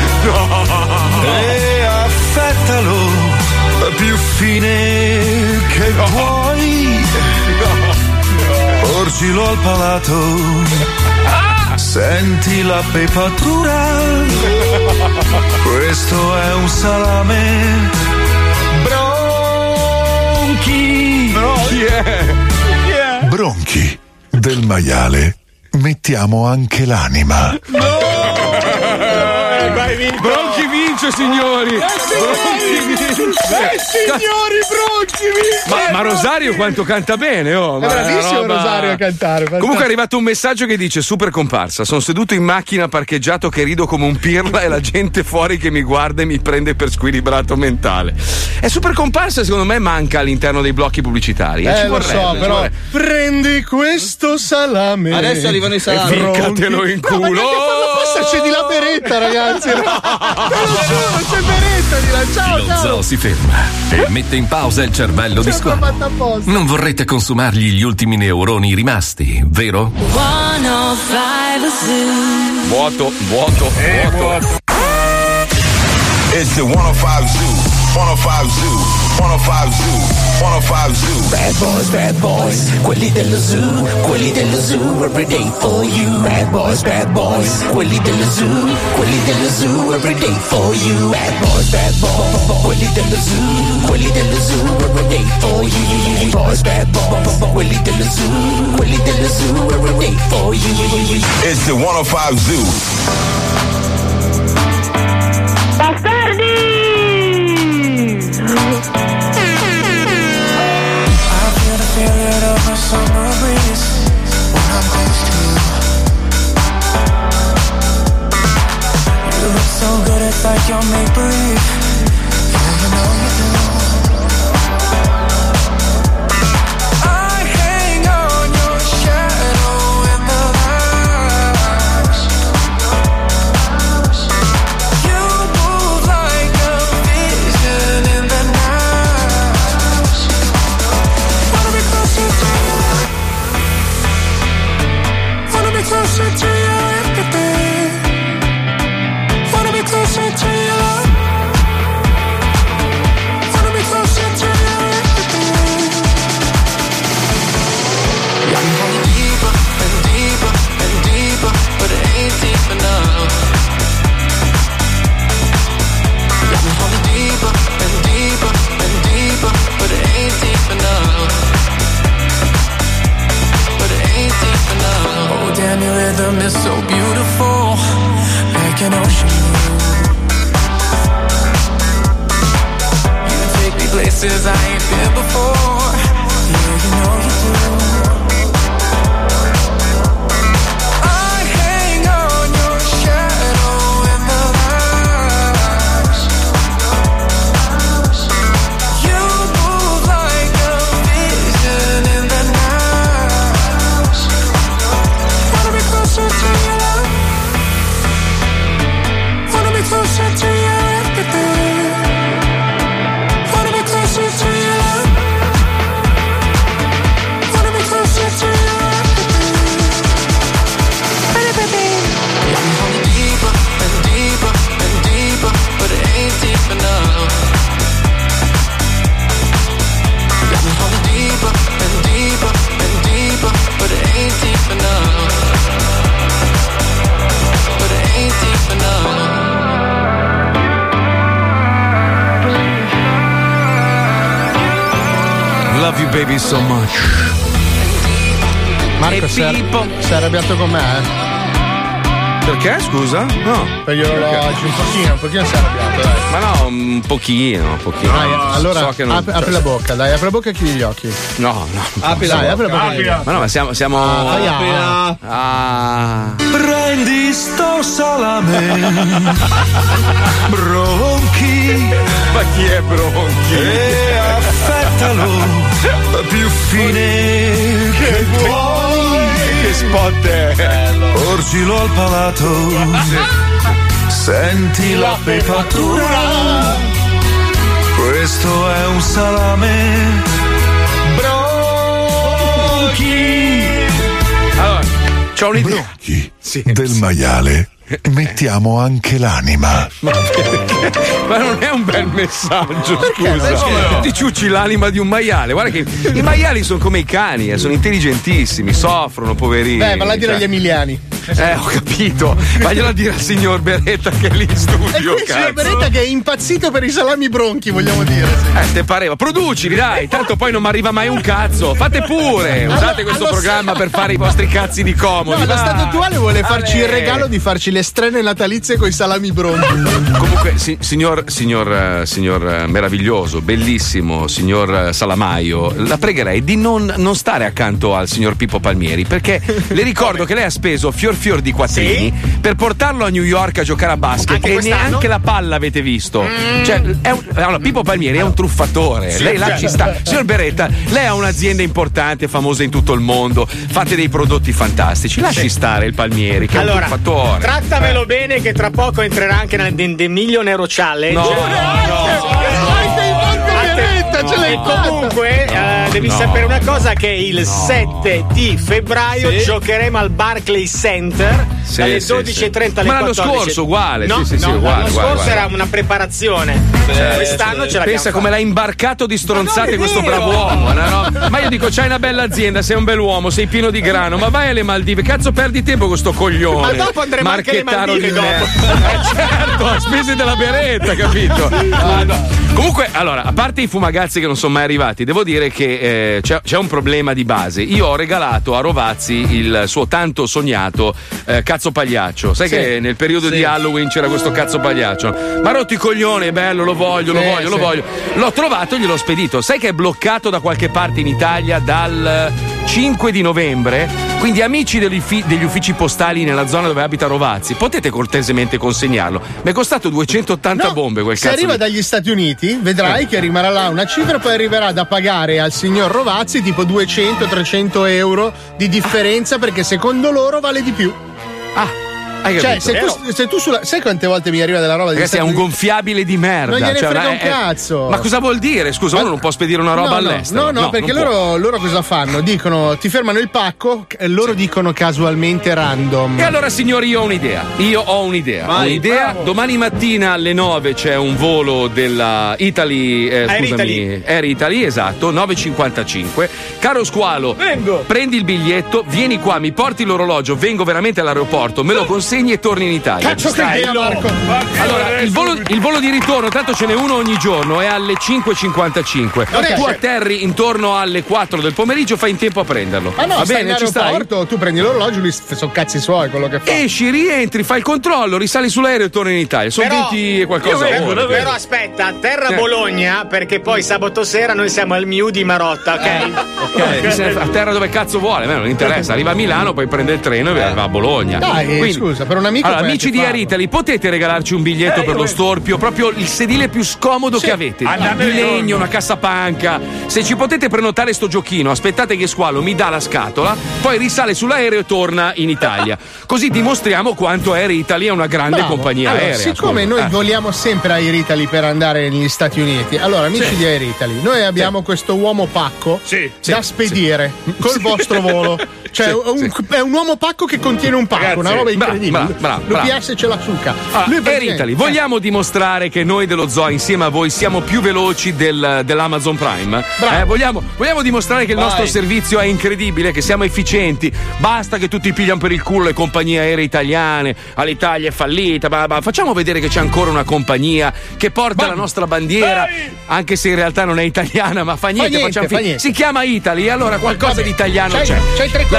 e affettalo più fine che vuoi. Porgilo al palato, senti la pepatura. Questo è un salame, bronchi. Bronchi, del maiale mettiamo anche l'anima. Bronchi vince, signori! Bronchi vince! Ma Rosario quanto canta bene, oh! È bravissimo Rosario a cantare. Comunque è arrivato un messaggio che dice: super comparsa, sono seduto in macchina parcheggiato che rido come un pirla e la gente fuori che mi guarda e mi prende per squilibrato mentale. È super comparsa, secondo me manca all'interno dei blocchi pubblicitari. Ci lo so, però prendi questo salame. Adesso arrivano i salami. E ficcatelo in culo. Ma basta, c'è di la beretta, ragazzi. Te lo giuro, c'è beretta di là. Ciao, Lo ciao. zoo si ferma e mette in pausa il cervello di squalo. Non vorrete consumargli gli ultimi neuroni rimasti, vero? Vuoto. It's the 105 Zoo. 105 Zoo. 105 Zoo. 105 Zoo. Bad boys, quelli dello zoo, every day for you. Bad boys, quelli dello zoo, every day for you. Bad boys, quelli dello zoo, every day for you. Boys, bad boys, quelli dello zoo, every day for you. It's the 105 Zoo. Summer breeze when I'm close to you. You look so good, it's like you're make-believe. Yeah, you know you do. I hang on your shadow in the light. You move like a vision in the night. Wanna be closer to you. Closer to you, everything. Wanna be closer to you. Wanna be closer to you, everything. Yeah, I'm falling deeper and deeper and deeper, but it ain't deep enough. Yeah, I'm falling deeper and deeper and deeper, but it ain't deep enough. But it ain't deep enough. Oh, damn, your rhythm is so beautiful, like an ocean blue. You take me places I ain't been before. Yeah, you know you do. I hang on your shadow in the light. You move like a vision in the night. Wanna be closer to you, love. Wanna be closer to you, everything. Wanna be closer to you, love. Wanna be closer to you, everything. Yeah, I'm falling deeper and deeper and deeper, but it ain't deep enough. Yeah, I'm falling deeper and deeper and deeper, but it ain't deep enough. But it ain't deep enough. Love you baby so much. Marco, sei arrabbiato con me, Perché, scusa? No. Per gli orologi, un pochino si è arrabbiato, dai. Ma no, un pochino. Dai, allora so che non, apri la bocca, dai, apri la bocca e chiudi gli occhi. No. Apri la bocca. Ma no, ma siamo. Prendi sto salame, Bronchi. Ma chi è Bronchi? E affettalo più fine che puoi. Che spot è? Porgilo al palato, senti la pepatura. Questo è un salame Bronchi. Allora, c'ho un'idea. Del maiale mettiamo anche l'anima. Ma non è un bel messaggio, Perché? scusa. Ti ciucci l'anima di un maiale. Guarda che i maiali sono come i cani, sono intelligentissimi, soffrono, poverini. Valla a dire agli emiliani. Ho capito. Vaglielo a dire al signor Beretta che è lì in studio. E qui il signor Beretta che è impazzito per i salami Bronchi, vogliamo dire. Te pareva. Producili, dai, tanto poi non mi arriva mai un cazzo. Fate pure. Usate questo programma per fare i vostri cazzi di comodi. No, lo stato attuale vuole farci il regalo di farci le strene natalizie con i salami Bronchi. Comunque, signor meraviglioso, bellissimo, signor Salamaio, la pregherei di non stare accanto al signor Pippo Palmieri, perché le ricordo che lei ha speso fior di quattrini per portarlo a New York a giocare a basket Anche e quest'anno? neanche la palla avete visto. Cioè, allora, Pippo Palmieri è un truffatore. Sì, lei là certo. ci sta. Signor Beretta, lei ha un'azienda importante, famosa in tutto il mondo, fate dei prodotti fantastici. Lasci stare il Palmieri, che è un truffatore. Trattamelo bene, che tra poco entrerà anche nel The Millionaire Challenge. E comunque devi sapere una cosa, che il 7 di febbraio giocheremo al Barclays Center dalle 12:30 alle 14. Ma l'anno scorso uguale, no, sì, no, uguale, l'anno scorso era una preparazione. Quest'anno ce l'abbiamo. Pensa come l'ha imbarcato di stronzate questo bravo uomo. Ma io dico, c'hai una bella azienda, sei un bell'uomo, sei pieno di grano, ma vai alle Maldive, cazzo perdi tempo con sto coglione. Ma dopo andremo anche alle Maldive dopo. Certo, a spese della Beretta, capito? Comunque, allora, a parte i fumagazzi che non sono mai arrivati, devo dire che c'è un problema di base. Io ho regalato a Rovazzi il suo tanto sognato cazzo pagliaccio. Sai che nel periodo di Halloween c'era questo cazzo pagliaccio? Ma rotto i coglioni, è bello, lo voglio. L'ho trovato e gliel'ho spedito. Sai che è bloccato da qualche parte in Italia dal 5 di novembre? Quindi amici degli uffici postali nella zona dove abita Rovazzi, potete cortesemente consegnarlo. Mi è costato 280 bombe quel Se cazzo. arriva dagli Stati Uniti, vedrai che rimarrà là una cifra, poi arriverà da pagare al signor Rovazzi tipo 200-300 euro di differenza, perché secondo loro vale di più. Hai Cioè, capito? se tu sai quante volte mi arriva della roba di Ragazzi, è un gonfiabile di merda. Non gliene cioè, frega un cazzo. Ma cosa vuol dire? Scusa, uno non può spedire una roba all'estero. No, perché non può. loro cosa fanno? Dicono, ti fermano il pacco e loro dicono casualmente random. E allora, signori, io ho un'idea. Vai, bravo. Domani mattina alle 9 c'è un volo della Air Italy, esatto, 9:55. Caro squalo, prendi il biglietto, vieni qua, mi porti l'orologio, vengo veramente all'aeroporto, me lo consegni e torni in Italia. Cazzo che idea, Marco. Allora, il volo di ritorno, tanto ce n'è uno ogni giorno, è alle 5:55. Ok. Tu atterri intorno alle 4 del pomeriggio, fai in tempo a prenderlo. Ma no, va stai bene, in ci stai? aeroporto, tu prendi l'orologio, lui sono cazzi suoi quello che fa. Esci, rientri, fai il controllo, risali sull'aereo e torni in Italia. Sono 20 e qualcosa. Però aspetta, atterra a Bologna, perché poi sabato sera noi siamo al Miu di Marotta, ok? A terra dove cazzo vuole, a me non interessa. Arriva a Milano, poi prende il treno e va a Bologna. Dai, Quindi, scusa, per un amico. allora, puoi amici anche di farlo. Air Italy, potete regalarci un biglietto per lo storpio, proprio il sedile più scomodo che avete, di legno, una cassapanca. Se ci potete prenotare sto giochino, aspettate che Squalo mi dà la scatola, poi risale sull'aereo e torna in Italia. Così dimostriamo quanto Air Italy è una grande Bravo. compagnia Allora, aerea. siccome scusa. noi voliamo sempre a Air Italy per andare negli Stati Uniti, allora amici di Air Italy, noi abbiamo questo uomo pacco da spedire col vostro volo. Cioè, è un uomo pacco che contiene un pacco, Ragazzi, una roba incredibile. bravo. L'UPS ce l'ha succa. Air Italy, vogliamo dimostrare che noi dello Zoo insieme a voi siamo più veloci dell'Amazon Prime? Vogliamo dimostrare che il nostro servizio è incredibile, che siamo efficienti. Basta che tutti pigliano per il culo le compagnie aeree italiane. All'Italia è fallita. Facciamo vedere che c'è ancora una compagnia che porta la nostra bandiera, anche se in realtà non è italiana, ma fa niente. Fa niente. Si chiama Italy, allora qualcosa di italiano c'è. C'hai tre La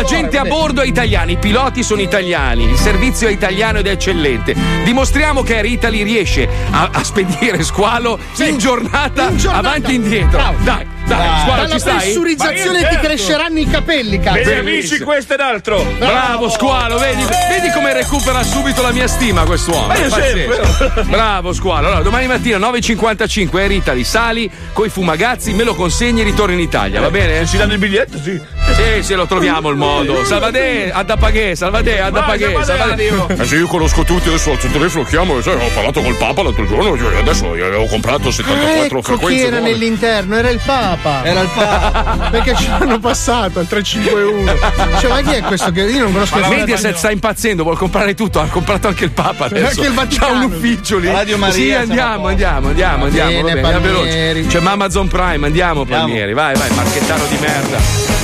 gente a bordo è italiana, i piloti sono italiani, il servizio è italiano ed è eccellente. Dimostriamo che Air Italy riesce a spedire Squalo in giornata avanti e indietro. Bravo. Dai, Squalo, Dalla ci stai? pressurizzazione ti cresceranno i capelli, cazzo. Bene amici, questo ed altro. Bravo Squalo, vedi come recupera subito la mia stima quest'uomo. Ma io sempre. Bravo Squalo. Allora, domani mattina 9.55 Air Italy, sali coi fumagazzi, me lo consegni e ritorni in Italia, va bene? Se ci danno il biglietto, sì. Sì, lo troviamo il modo. Salvadè, ad pagare. Sì, io conosco tutti, adesso al telefono chiamo, ho parlato col Papa l'altro giorno, adesso avevo comprato 74 frequenze. Chi era nell'interno? Era il Papa. Perché ci hanno passato al 351. Cioè, ma chi è questo che io non conosco? Mediaset sta impazzendo, vuol comprare tutto, ha comprato anche il Papa adesso. Anche il Vaticano. C'ha un ufficio lì. Radio Maria, sì, andiamo. Bene, veloce. C'è Amazon Prime, andiamo Palmieri, vai, marchettaro di merda.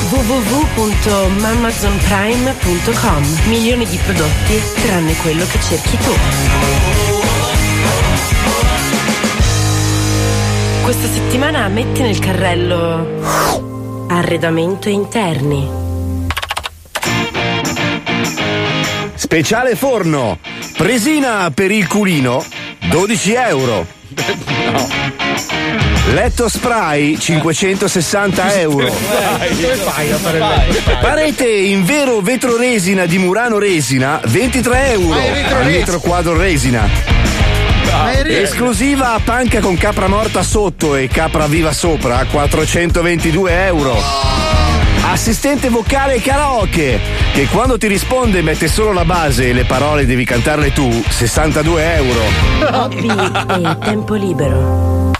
www.mamazonprime.com. Milioni di prodotti tranne quello che cerchi tu. Questa settimana metti nel carrello arredamento interni. Speciale forno, presina per il culino, 12 euro. No. Letto spray, 560 euro. Come fai a fare il letto spray? Parete in vero vetro resina di Murano Resina, 23 euro. Al metro quadro resina. Esclusiva panca con capra morta sotto e capra viva sopra, 422 euro. Assistente vocale karaoke, che quando ti risponde mette solo la base e le parole devi cantarle tu, 62 euro. Hobby e tempo libero.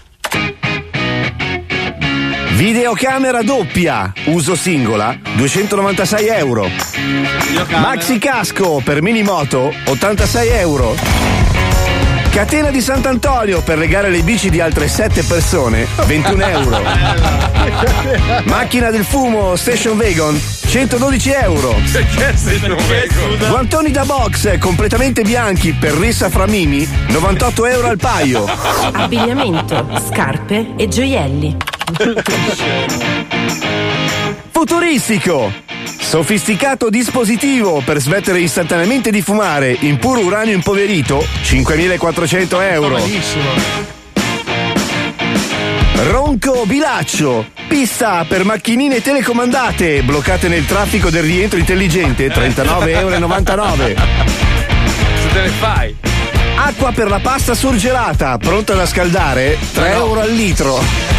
Videocamera doppia, uso singola, 296 euro. Maxi casco per minimoto, 86 euro. Catena di Sant'Antonio per legare le bici di altre 7 persone, 21 euro. Macchina del fumo Station Wagon, 112 euro. Guantoni da box completamente bianchi per rissa fra mimi, 98 euro al paio. Abbigliamento, scarpe e gioielli. Futuristico, sofisticato dispositivo per smettere istantaneamente di fumare in puro uranio impoverito, 5.400 euro. Ronco Bilaccio, pista per macchinine telecomandate bloccate nel traffico del rientro intelligente, 39,99 euro. Se te ne fai. Acqua per la pasta surgelata, pronta da scaldare, 3 euro al litro.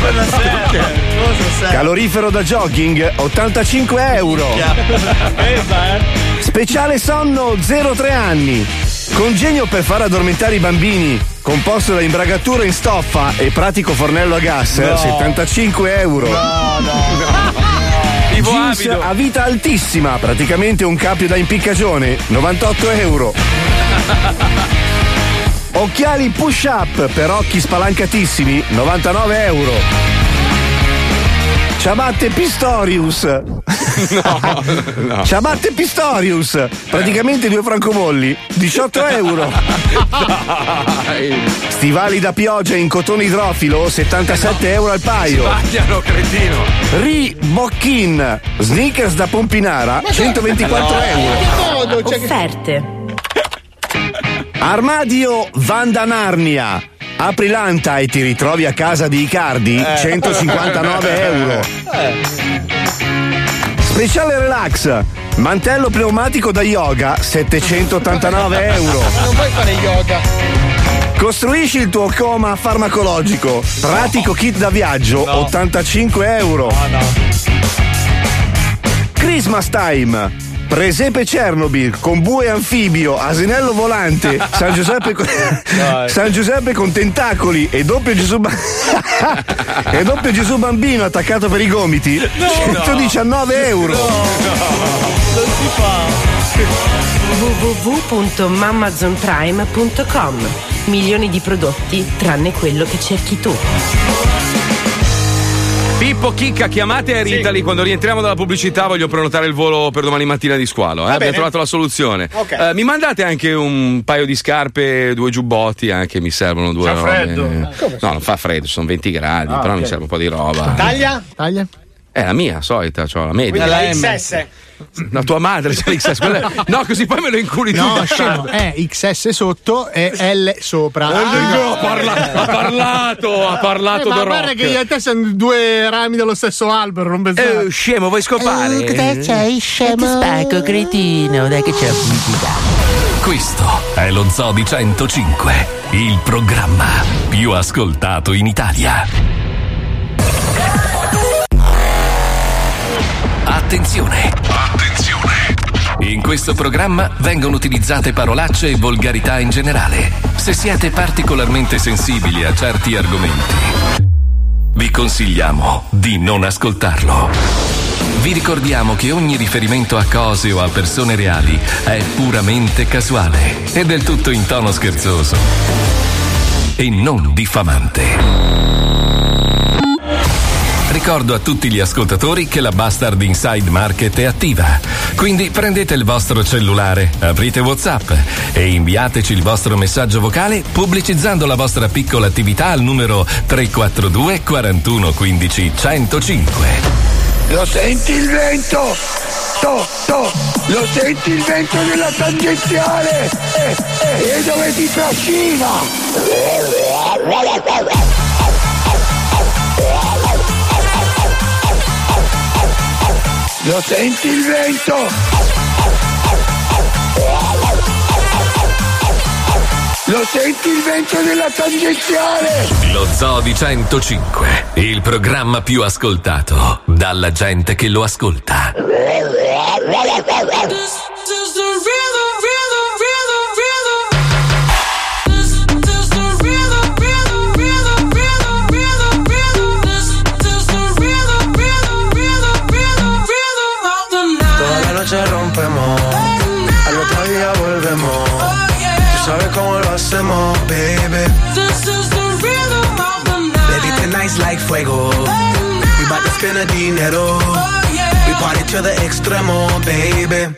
Calorifero da jogging, 85 euro. Speciale sonno 0-3 anni. Congegno per far addormentare i bambini, composto da imbragatura in stoffa e pratico fornello a gas, 75 euro. Jeans a vita altissima, praticamente un cappio da impiccagione, 98 euro. Occhiali push up per occhi spalancatissimi, 99 euro. Ciabatte Pistorius. No. Ciabatte Pistorius, praticamente 2 francobolli, 18 euro. Dai. Stivali da pioggia in cotone idrofilo, 77 euro al paio. Sbagliano, cretino. Ribockin, sneakers da Pompinara, 124 euro. Offerte. Armadio Vanda Narnia. Apri l'anta e ti ritrovi a casa di Icardi, 159 euro. Speciale relax, mantello pneumatico da yoga, 789 euro. Non puoi fare yoga. Costruisci il tuo coma farmacologico, pratico kit da viaggio, 85 euro. Christmas time. Presepe Chernobyl con bue anfibio, asinello volante, San Giuseppe con tentacoli e doppio Gesù bambino attaccato per i gomiti, 119 euro. Non si fa. www.mamazonprime.com. Milioni di prodotti tranne quello che cerchi tu. Pippo, Chicca, chiamate Air Italy. Quando rientriamo dalla pubblicità voglio prenotare il volo per domani mattina di Squalo. Abbiamo trovato la soluzione. Okay. Mi mandate anche un paio di scarpe, 2 giubbotti, anche mi servono 2 robe. Freddo? No, non fa freddo, sono 20 gradi, però mi serve un po' di roba. Taglia? Taglia? La mia solita, c'ho la media. Quindi la XS. La tua madre c'ha l'XS. No, così poi me lo inculi tu. No, scemo, è XS sotto e L sopra. Ha parlato ma The guarda Rock. che io e te siamo due rami dello stesso albero, non pensare. Scemo, vuoi scopare? Cosa c'hai, scemo? Spacco, cretino, dai che c'è pubblicità. Questo è lo Zoo di 105, il programma più ascoltato in Italia. Attenzione! In questo programma vengono utilizzate parolacce e volgarità in generale. Se siete particolarmente sensibili a certi argomenti, vi consigliamo di non ascoltarlo. Vi ricordiamo che ogni riferimento a cose o a persone reali è puramente casuale e del tutto in tono scherzoso e non diffamante. Ricordo a tutti gli ascoltatori che la Bastard Inside Market è attiva, quindi prendete il vostro cellulare, aprite WhatsApp e inviateci il vostro messaggio vocale pubblicizzando la vostra piccola attività al numero 342 41 15 105. Lo senti il vento? Lo senti il vento della tangenziale? E dove ti trascina? Lo senti il vento? Lo senti il vento della tangenziale? Lo Zoo di 105, il programma più ascoltato dalla gente che lo ascolta. Toda la noche rompemos, al otro día volvemos. Tú sabes cómo lo hacemos, baby. Baby, tonight's like fuego. We bout to spend the dinero. We party to the extremo, baby.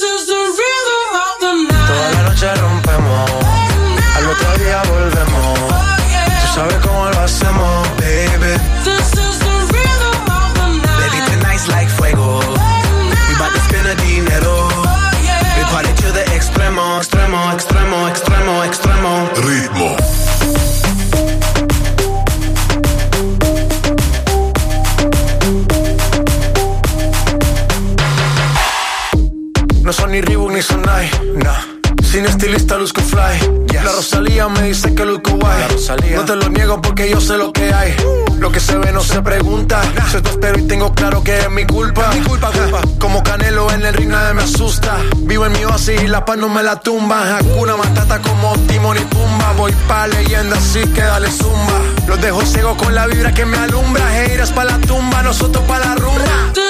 Toda la noche rompemos, al otro día volvemos. Tú sabes cómo lo hacemos, baby. Baby, tonight's like fuego. We bout to spend the dinero. We party to the extremo, extremo, extremo, extremo, extremo. Ritmo. No son ni Reebok ni Sonai, nah. Sin estilista luzco fly. La Rosalía me dice que luzco guay. No te lo niego porque yo sé lo que hay. Lo que se ve no se pregunta. Soy tu espero y tengo claro que es mi culpa. Como Canelo en el ring nadie me asusta. Vivo en mi oasis y la paz no me la tumba. Hakuna Matata como Timon y Pumba. Voy pa' leyenda así que dale zumba. Los dejo ciego con la vibra que me alumbra. Heiras pa' la tumba, nosotros pa' la rumba.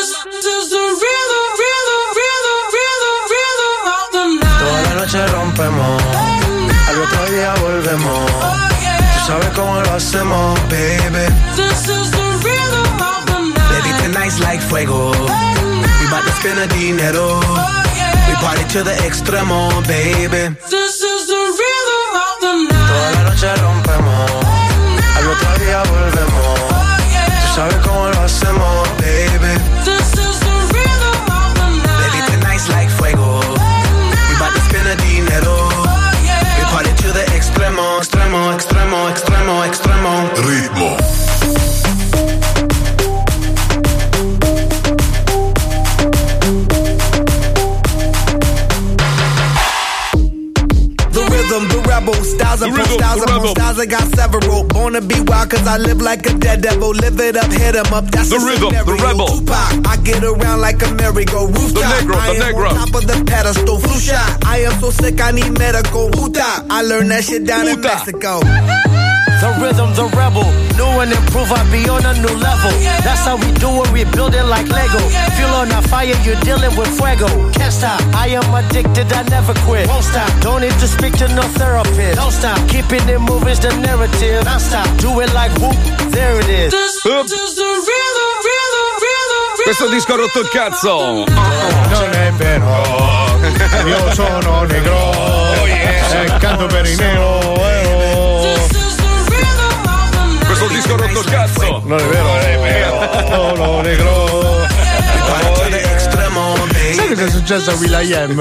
Toda la noche rompemos, al otro día volvemos. Tú sabes cómo lo hacemos, baby. Baby, tonight's like fuego. We bout to spend the dinero. We party to the extremo, baby. Toda la noche rompemos, al otro día volvemos. Tú sabes cómo lo hacemos, baby. Baby, tonight's like fuego. Spend the dinero. We party to the extremo, extremo, extremo, extremo, extremo. Ritmo. The rebel, styles upon styles upon styles, I got several. Born to be wild cause I live like a dead devil. Live it up, hit 'em up, that's the scenario. The rebel, Tupac, I get around like a merry-go rooftop. I am on top of the pedestal, flu shot. I am so sick I need medical. Hoota, I learned that shit down in Mexico. The rhythm, the rebel, new and improve, I be on a new level. That's how we do it, we build it like Lego. Feel on a fire, you're dealing with fuego. Can't stop, I am addicted, I never quit. Won't stop, don't need to speak to no therapist. Don't stop, keeping it moving's the narrative. Non stop, do it like whoop, there it is. Questo disco ha rotto il cazzo. Non è vero, io sono negro e canto per i nero. Questo disco ha rotto il cazzo. Non è vero, sono negro. Sai cosa è successo a Will.i.am?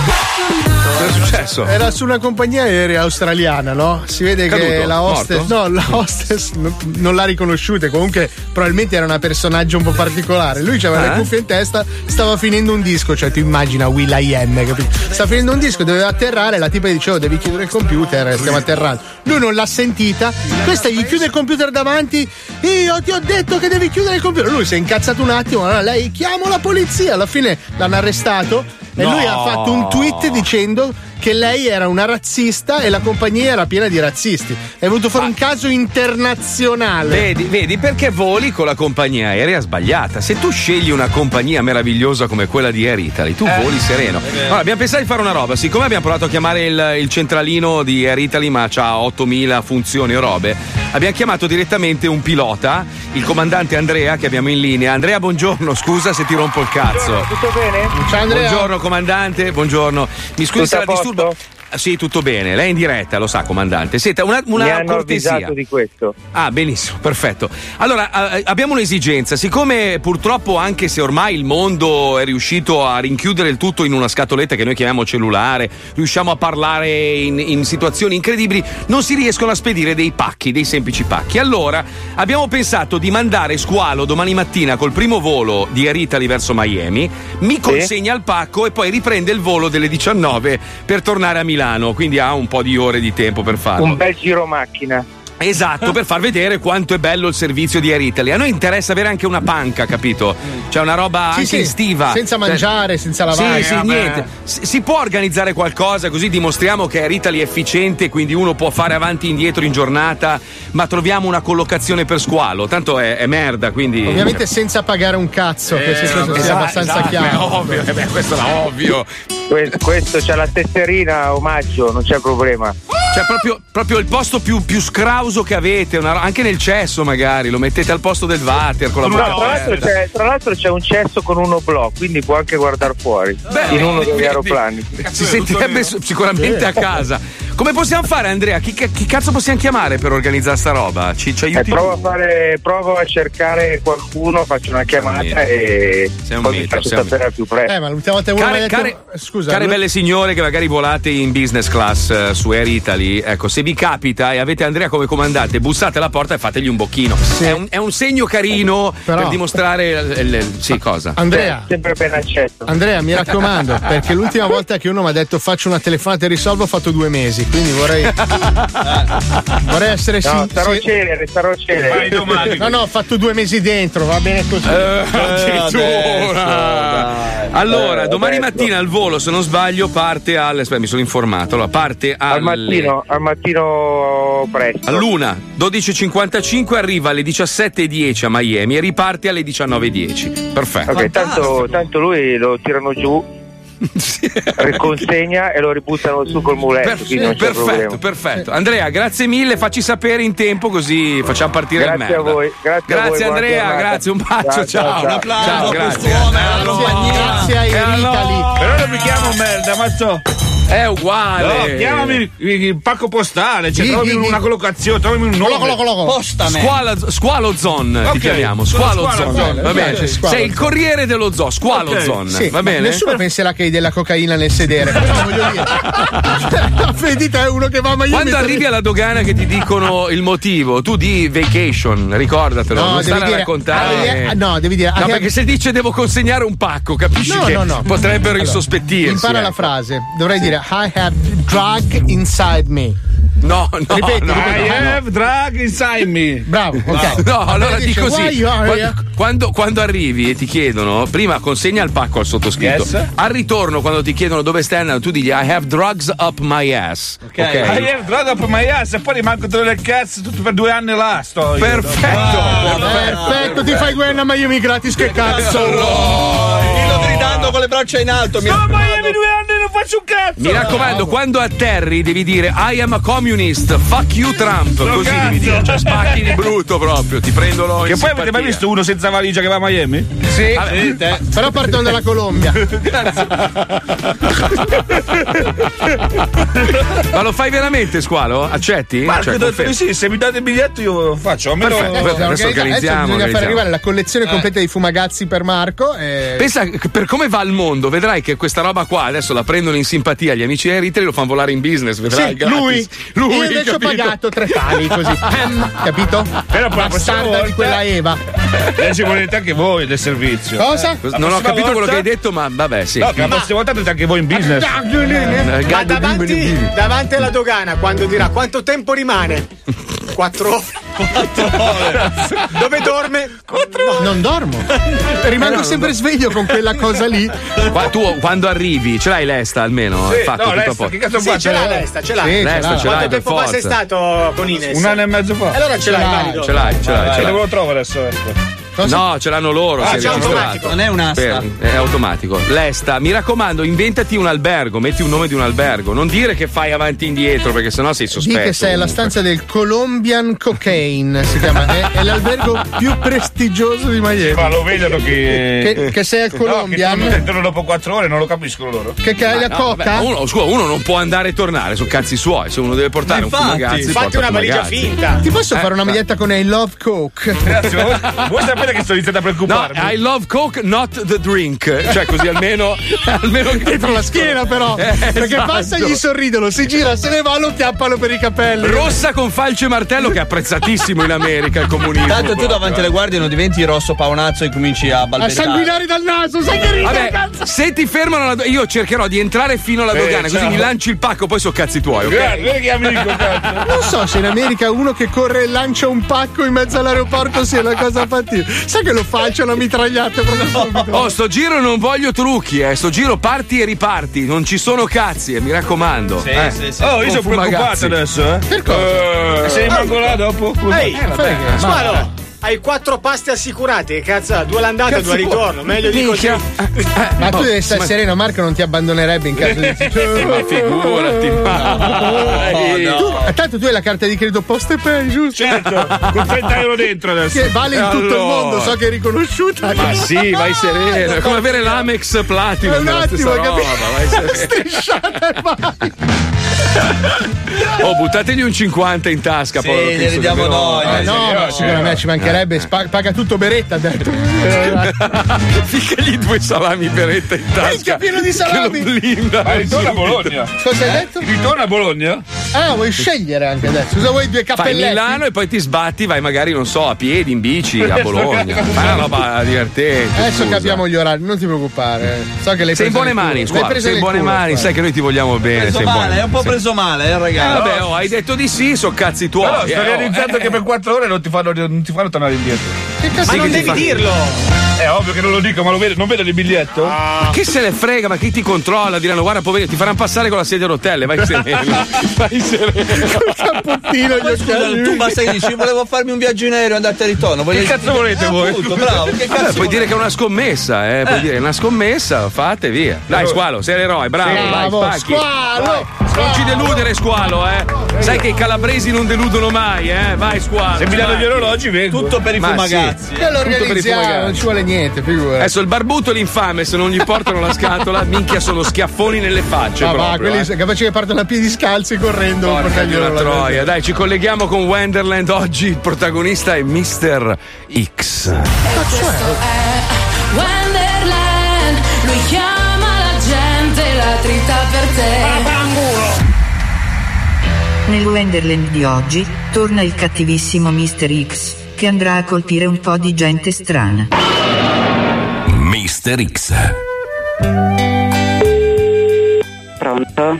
Cosa è successo? Era su una compagnia aerea australiana, no? Si vede Caduto? che la hostess. Morto? No, la hostess non l'ha riconosciuta. Comunque, probabilmente era una personaggio un po' particolare. Lui aveva le cuffie in testa, stava finendo un disco. Cioè, tu immagina Will.i.am, capito? Stava finendo un disco, doveva atterrare. La tipa gli diceva: devi chiudere il computer, stiamo atterrando. Lui non l'ha sentita. Questa gli chiude il computer davanti. Io ti ho detto che devi chiudere il computer. Lui si è incazzato un attimo. Allora lei chiamo la polizia. Alla fine l'hanno arrestato. E lui ha fatto un tweet dicendo che lei era una razzista e la compagnia era piena di razzisti. È voluto fare un caso internazionale. Vedi perché voli con la compagnia aerea sbagliata. Se tu scegli una compagnia meravigliosa come quella di Air Italy, tu voli sereno. Allora, abbiamo pensato di fare una roba. Siccome abbiamo provato a chiamare il centralino di Air Italy, ma c'ha 8000 funzioni o robe, abbiamo chiamato direttamente un pilota, il comandante Andrea, che abbiamo in linea. Andrea, buongiorno, scusa se ti rompo il cazzo. Tutto bene? Ciao Andrea. Buongiorno comandante, buongiorno. Mi scusi se la disturbo. Sì, tutto bene. Lei è in diretta, lo sa, comandante. Senta, una Mi hanno cortesia. avvisato di questo. Ah, benissimo, perfetto. Allora, abbiamo un'esigenza. Siccome purtroppo, anche se ormai il mondo è riuscito a rinchiudere il tutto in una scatoletta che noi chiamiamo cellulare, riusciamo a parlare in situazioni incredibili, non si riescono a spedire dei pacchi, dei semplici pacchi. Allora, abbiamo pensato di mandare Squalo domani mattina col primo volo di Air Italy verso Miami, mi consegna il pacco e poi riprende il volo delle 19 per tornare a Milano, quindi ha un po' di ore di tempo per farlo. Un bel giro macchina. Esatto, per far vedere quanto è bello il servizio di Air Italy. A noi interessa avere anche una panca, capito? Cioè una roba anche estiva. Senza mangiare, senza lavare. Sì, niente. Si può organizzare qualcosa così dimostriamo che Air Italy è efficiente, quindi uno può fare avanti e indietro in giornata, ma troviamo una collocazione per Squalo. Tanto è merda, quindi. Ovviamente senza pagare un cazzo, che se questo sia abbastanza chiaro. È ovvio, questo era ovvio. Questo c'ha la tesserina omaggio, non c'è problema. Cioè proprio il posto più scrauso che avete, anche nel cesso magari, lo mettete al posto del water con la tra l'altro c'è un cesso con un oblò, quindi può anche guardare fuori in uno degli aeroplani. Si sentirebbe sicuramente a casa. Come possiamo fare, Andrea? Chi cazzo possiamo chiamare per organizzare sta roba? Ci aiuti? Provo a cercare qualcuno, faccio una chiamata e poi vi faccio sapere al più presto. Ma l'ultima volta uno mi ha detto, scusa, care belle signore che magari volate in business class su Air Italy, ecco, se vi capita e avete Andrea come comandante, bussate alla porta e fategli un bocchino. Sì. È un segno carino per dimostrare cosa. Andrea, sempre ben accetto. Andrea, mi raccomando, perché l'ultima volta che uno mi ha detto faccio una telefonata e risolvo, ho fatto 2 mesi. Quindi vorrei essere starò celere. No, ho fatto 2 mesi dentro, va bene così. Allora, domani mattina il volo, se non sbaglio, parte aspetta, mi sono informato. Allora, parte al mattino presto. All'1, 12:55, arriva alle 17:10 a Miami e riparte alle 19:10. Perfetto. Ok, tanto lui lo tirano giù. Riconsegna e lo ributtano su col muletto. Perfetto. Andrea, grazie mille, facci sapere in tempo così facciamo partire il merda. Grazie Andrea, grazie, un bacio, ciao. Un applauso, grazie. Grazie a Air Italy. Però non mi chiamo merda, ma è uguale. No, chiamami il pacco postale, cioè trovami una collocazione, trovami un nome. Squalo Zone ti chiamiamo. Squalo Zone. Va bene. Sei il corriere dello zoo, Squalo Zone. Sì, va bene. Nessuno penserà che hai della cocaina nel sedere. Però voglio dire. Vedita è uno che va a Miami. Quando arrivi alla dogana che ti dicono il motivo, tu di vacation, ricordatelo, non stare a raccontare. Devi dire. No, perché se dice devo consegnare un pacco, capisci che potrebbero insospettirsi. Impara la frase. Dovrei dire I have drug inside me. No. Ripeti. I have drug inside me. Bravo, ok. No, allora dico così. Quando arrivi e ti chiedono, prima consegna il pacco al sottoscritto. Yes. Al ritorno, quando ti chiedono dove stai andando, tu digli I have drugs up my ass. I have drugs up my ass e poi rimango dentro le cazzo tutto per 2 anni là. Perfetto, ti fai 2 anni a Miami gratis, che cazzo. Dillo gridando con le braccia in alto. Miami 2 anni non faccio un cazzo. Mi raccomando, quando atterri devi dire I am a communist, fuck you Trump. Così devi dire, cioè spacchi di brutto proprio, ti prendono in Che poi simpatia. avete mai visto uno senza valigia che va a Miami? Sì, però partono dalla Colombia. Ma lo fai veramente, Squalo? Accetti? Ma Cioè, ho detto di sì, se mi date il biglietto io lo faccio. Almeno adesso organizziamo. Bisogna far arrivare la collezione completa di fumagazzi per Marco. Pensa che per come va il mondo, vedrai che questa roba qua adesso la prendono in simpatia gli amici Eritrea e lo fanno volare in business, vedrai. Sì, gratis. lui io invece capito? ho pagato 3 tali così. Capito? Però per la prossima Bastarda di quella Eva. ci volete anche voi del servizio. Cosa? Non ho capito quello che hai detto, ma vabbè, sì. No, che la prossima volta andate anche voi in business. Ma davanti alla dogana, quando dirà quanto tempo rimane? 4 ore. Dove dorme? 4 ore. Non dormo. Rimango sempre sveglio con quella cosa lì. Tu quando arrivi, ce l'hai l'esta almeno? Sì, fatto no, tutto a l'esta, posto. che cazzo Sì, fa? ce l'ha l'esta, ce l'ha. Sì, L'esta, ce l'hai Quanto per tempo fa sei forza. stato con Ines? 1 anno e mezzo fa. Allora ce l'hai, valido. Ce l'hai. Dove lo trovo adesso? No, ce l'hanno loro. Ah, si è c'è registrato. automatico. Non è un'asta. È automatico. L'esta, mi raccomando, inventati un albergo, metti un nome di un albergo. Non dire che fai avanti e indietro, perché sennò sei sospetto. Di che sei alla comunque. stanza del Colombian Cocaine, si chiama. È l'albergo più prestigioso di Miami. Ma lo vedono Che sei al Colombian? No, che torno dopo 4 ore, non lo capiscono loro. Che hai la coca? Vabbè, uno non può andare e tornare, sono cazzi suoi. Se uno deve portare un fumagazzi, Fatti porta una valigia fumagazzi. finta. Ti posso fare una maglietta con I love Coke? Ragazzi, ma voi sapete che sto iniziando a preoccuparmi. No, I love Coke, not the drink. Cioè, così almeno Dietro la schiena, però. Perché esatto. passa e gli sorridono, si gira, se ne va, lo chiappano per i capelli. Rossa con falce e martello, che è apprezzatissimo in America il comunismo. Tanto tu proprio, davanti alle guardie non diventi rosso paonazzo e cominci a A balbettare. sanguinare dal naso, sai che ride, Vabbè, cazzo. se ti fermano io cercherò di entrare fino alla dogana, così ciao. mi lanci il pacco, poi so cazzi tuoi, ok? Guarda che amico, cazzo. Non so se in America uno che corre e lancia un pacco in mezzo all'aeroporto sia una cosa fattibile. Sai che lo falciano a mitragliate proprio subito. Oh, sto giro non voglio trucchi, sto giro parti e riparti, non ci sono cazzi, mi raccomando. Sì. Oh, io Con sono preoccupato fumagazzi. adesso, Per cosa? Se rimango là dopo? Ehi, Sparo, hai 4 paste assicurate, che cazzo, 2 all'andata e 2 al ritorno. Meglio di così. Ma tu devi stare sereno, Marco non ti abbandonerebbe in caso di Ma figurati, Tanto tu hai la carta di credito Postepay, giusto? Certo, con 30 euro dentro adesso. Che vale in tutto il mondo, so che è riconosciuta. Ma sì, vai sereno, è come avere l'Amex Platinum. È un la attimo, stessa roba, vai sereno. Strisciata e vai. Oh, buttategli un 50 in tasca, Sì, poi lo ne penso vediamo davvero. noi. No, ma sicuramente ci mancherebbe, paga tutto Beretta, ha detto. Ficcagli 2 salami Beretta in tasca. Minchia, pieno di salami. Che lo blinda. Ma ritorna a Bologna. Cosa hai detto? Ritorna a Bologna? Ah, vuoi scegliere anche adesso? Cosa vuoi, 2 Fai cappelletti? Milano e poi ti sbatti, vai magari, non so, a piedi, in bici, a Bologna. Fai una roba divertente. Adesso scusa. capiamo gli orari, non ti preoccupare. So che l'hai Sei in preso buone nel culo. mani, L'hai squadra. preso Sei in nel buone culo, mani, squadra. sai che noi ti vogliamo bene. Preso sei in buone male, è un po' mani. preso male, ragazzi. Vabbè, hai detto di sì, so cazzi tuoi. Però sto realizzando che per 4 ore non ti fanno tornare indietro. Che cazzo Ma non ti devi fa? dirlo. È ovvio che non lo dico, ma lo vedo, non vedo il biglietto? Ma che se ne frega, ma chi ti controlla? Diranno, guarda, poverino, ti faranno passare con la sedia a rotelle, vai sereno. Vai sereno. Col cappottino, gli Scusa, occhiali. tu basta che dici volevo farmi un viaggio in aereo e andate e ritorno. Che cazzo volete voi? Appunto, bravo, che Vabbè, cazzo puoi dire che è una scommessa, puoi dire che è una scommessa, fate via. Dai, Squalo, sei l'eroe, bravo, Bravo, vai, spacchi. Squalo. Non ci deludere, Squalo, Sai che i calabresi non deludono mai, Vai, Squalo. Se mi danno gli orologi vengo. Tutto per i Ma fumagazzi. Che lo Tutto per i organizziamo, fumagazzi. non ci vuole niente, figura. Adesso il barbuto e l'infame, se non gli portano la scatola, minchia, sono schiaffoni nelle facce. Ma va, proprio, quelli capaci che partono a piedi scalzi correndo. Porca portargli di una la troia. Dai, ci colleghiamo con Wonderland. Oggi il protagonista è Mr. X. Wonderland, lui chiama la gente, la trita per te. Nel Wonderland di oggi, torna il cattivissimo Mr. X, che andrà a colpire un po' di gente strana. Mr. X. Pronto?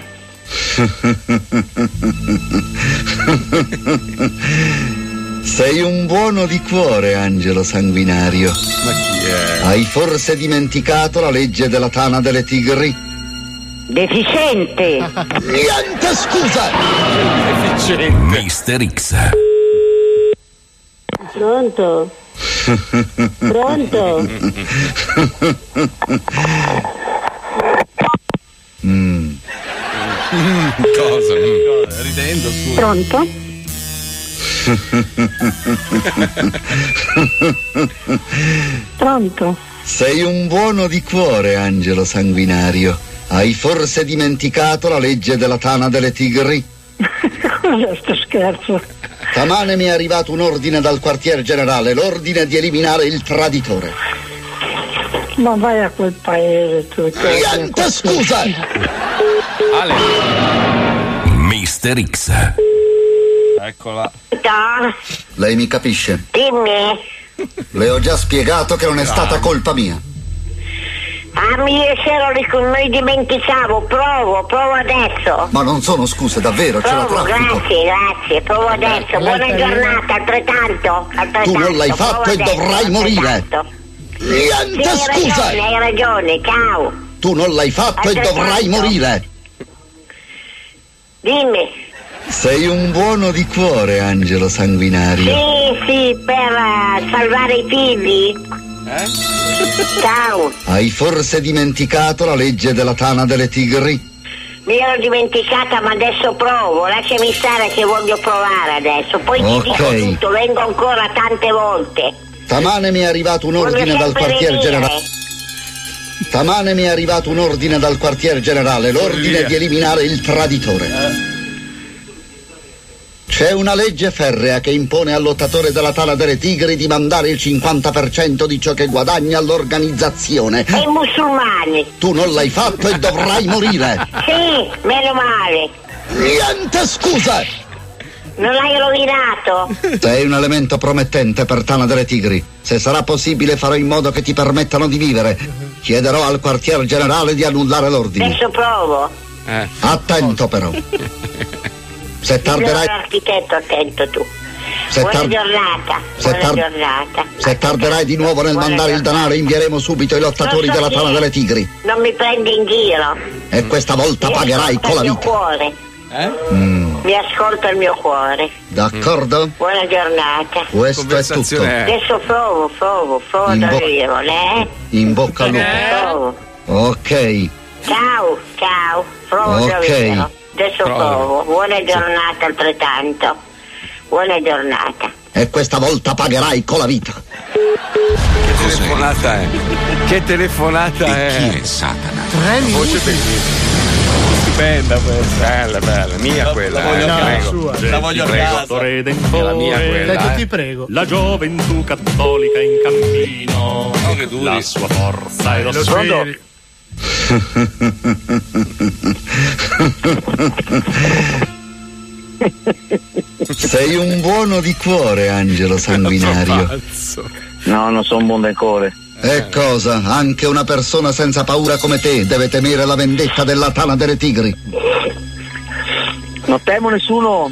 Sei un buono di cuore, Angelo Sanguinario. Ma chi è? Hai forse dimenticato la legge della tana delle tigri? Deficiente! Niente scusa! Mr. X. Pronto? Pronto? Cosa? Ridendo, scusa. Pronto? Pronto? Sei un buono di cuore, Angelo Sanguinario. Hai forse dimenticato la legge della tana delle tigri? Cos'è sto scherzo? Stamane mi è arrivato un ordine dal quartier generale, l'ordine di eliminare il traditore. Ma vai a quel paese tu. Niente scusa! Ale. Mister X. Eccola. Lei mi capisce? Dimmi. Le ho già spiegato che non è stata colpa mia. Ieri sera mi dimenticavo, provo adesso. Ma non sono scuse, davvero, c'era Provo, traffico. grazie, provo adesso. Buona giornata, altrettanto. Tu non l'hai fatto e dovrai morire. Niente scusa! Hai ragione, ciao. Tu non l'hai fatto e dovrai morire. Dimmi. Sei un buono di cuore, Angelo Sanguinario. Sì, per salvare i figli. Ciao. Hai forse dimenticato la legge della tana delle tigri? Mi ero dimenticata, ma adesso provo. Lasciami stare che voglio provare adesso. Poi ti dico tutto, vengo ancora tante volte. Stamane mi è arrivato un ordine dal quartier generale. Stamane mi è arrivato un ordine dal quartier generale, l'ordine di eliminare il traditore. C'è una legge ferrea che impone al lottatore della tana delle tigri di mandare il 50% di ciò che guadagna all'organizzazione. E i musulmani. Tu non l'hai fatto e dovrai morire. Sì, meno male. Niente scusa! Non l'hai rovinato? Sei un elemento promettente per Tana delle Tigri. Se sarà possibile farò in modo che ti permettano di vivere. Chiederò al quartier generale di annullare l'ordine. Adesso provo. Attento però. Se tarderai... L'architetto, attento tu. Buona giornata. Se tarderai di nuovo nel mandare il denaro, invieremo subito i lottatori della Tana delle Tigri. Non mi prendi in giro. E questa volta pagherai con la vita. Cuore. Mi ascolta il mio cuore. D'accordo? Buona giornata. Questo è tutto. Adesso provo davvero, In bocca al lupo. Provo. Ok. Ciao. Provo davvero. Adesso provo. Buona giornata altrettanto. Buona giornata. E questa volta pagherai con la vita. Che telefonata è? Che telefonata è? Chi è Satana? 3 minuti. Stupenda questa. Bella. Mia quella. La voglio Redentore. La mia quella. Ti prego. La gioventù cattolica in cammino. La sua forza e lo spirito. Sei un buono di cuore, Angelo Sanguinario. No, non sono un buon del cuore. E cosa? Anche una persona senza paura come te deve temere la vendetta della Tana delle Tigri. Non temo nessuno.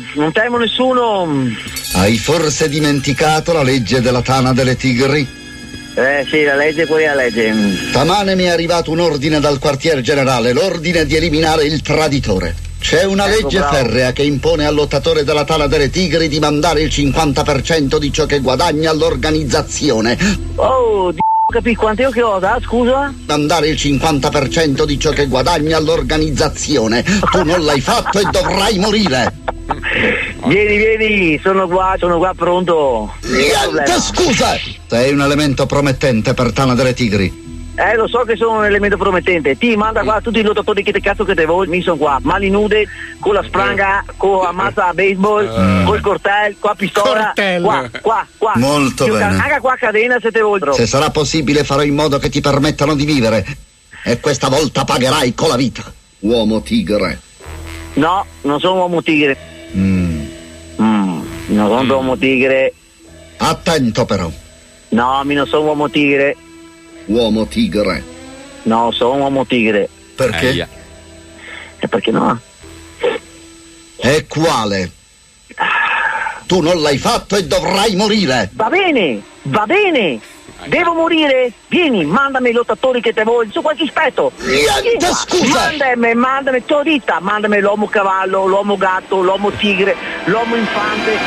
Hai forse dimenticato la legge della Tana delle Tigri? Sì, la legge, qual è la legge? Stamane mi è arrivato un ordine dal quartier generale, l'ordine di eliminare il traditore. C'è una legge ferrea che impone al lottatore della Tana delle Tigri di mandare il 50% di ciò che guadagna all'organizzazione. Oh, capì quanto io che ho da, scusa? Mandare il 50% di ciò che guadagna all'organizzazione. Tu non l'hai fatto e dovrai morire. Vieni, sono qua pronto. Niente scusa! Sei un elemento promettente per Tana delle Tigri. Lo so che sono un elemento promettente. Ti manda qua tutti i lottatori che te cazzo che te vuoi. Mi sono qua, mani nude, con la spranga, con la mazza a baseball, col cortello, qua pistola. Qua. Molto bene. Anche qua cadena se te vuoi. Se sarà possibile farò in modo che ti permettano di vivere. E questa volta pagherai con la vita. Uomo tigre. No, non sono uomo tigre. Non sono uomo tigre. Attento però. No, non sono uomo tigre. Uomo tigre. No, sono uomo tigre. Perché? E perché no? E quale? Tu non l'hai fatto e dovrai morire. Va bene. Devo morire? Vieni, mandami i lottatori che te voglio, su qualche rispetto. Niente scusa. Mandami todita, mandami l'uomo cavallo, l'uomo gatto, l'uomo tigre, l'uomo infante.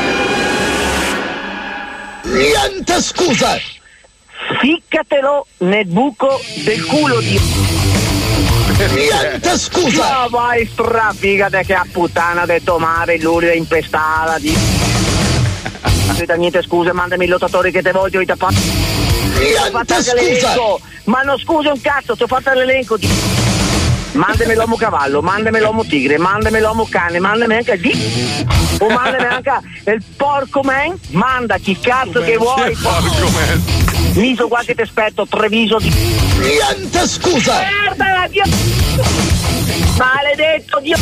Niente scusa. Ficcatelo nel buco del culo di... Niente scusa! No, vai strafigate che a puttana de tomare l'uria impestata di... Niente scuse, mandami il lottatore che te voglio e ti fa... Niente scusa! Ma non scusa un cazzo, ti ho fatto l'elenco di... Mandami l'uomo cavallo, mandami l'uomo tigre, mandami l'uomo cane, mandami anche o mandami anche il porco man, manda chi cazzo che vuoi. Porco man. Miso qua che ti aspetto, Treviso di... Niente scusa! Merda, Dio! Maledetto Dio!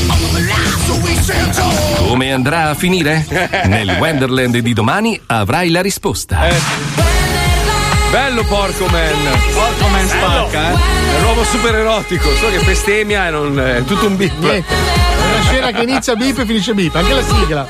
Come andrà a finire? Nel Wonderland di domani avrai la risposta. Bello Porco Man. Porco Man spacca, È l'uomo super erotico, solo che bestemmia e non è tutto un beep. Niente. È una scena che inizia beep e finisce beep, anche la sigla.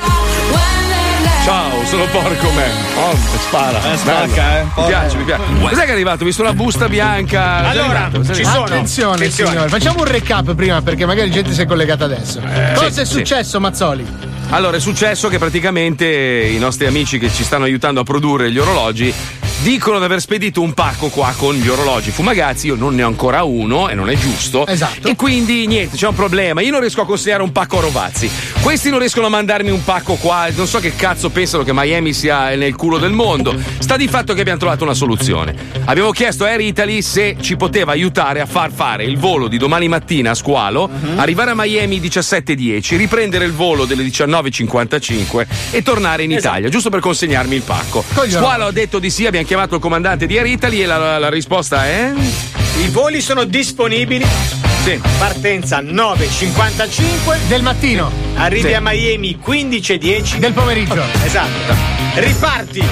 Ciao, sono Porco Man. Oh, spara. Spacca, Mi piace, mi piace. Cos'è che è arrivato? Ho visto una busta bianca. Allora, ci sono. Attenzione, signore. Facciamo un recap prima perché magari gente si è collegata adesso. Cosa è successo, Mazzoli? Allora, è successo che praticamente i nostri amici che ci stanno aiutando a produrre gli orologi dicono di aver spedito un pacco qua con gli orologi Fumagazzi. Io non ne ho ancora uno e non è giusto. Esatto. E quindi niente, c'è un problema. Io non riesco a consegnare un pacco a Rovazzi. Questi non riescono a mandarmi un pacco qua. Non so che cazzo pensano che Miami sia nel culo del mondo. Sta di fatto che abbiamo trovato una soluzione. Abbiamo chiesto a Air Italy se ci poteva aiutare a far fare il volo di domani mattina a Squalo, arrivare a Miami 17:10, riprendere il volo delle 19:55 e tornare in Italia, giusto per consegnarmi il pacco. Squalo ha detto di sì, abbiamo chiamato il comandante di Air Italy e la risposta è... I voli sono disponibili. Sì. Partenza 9:55 del mattino. Arrivi a Miami 15:10 del pomeriggio. Esatto. Riparti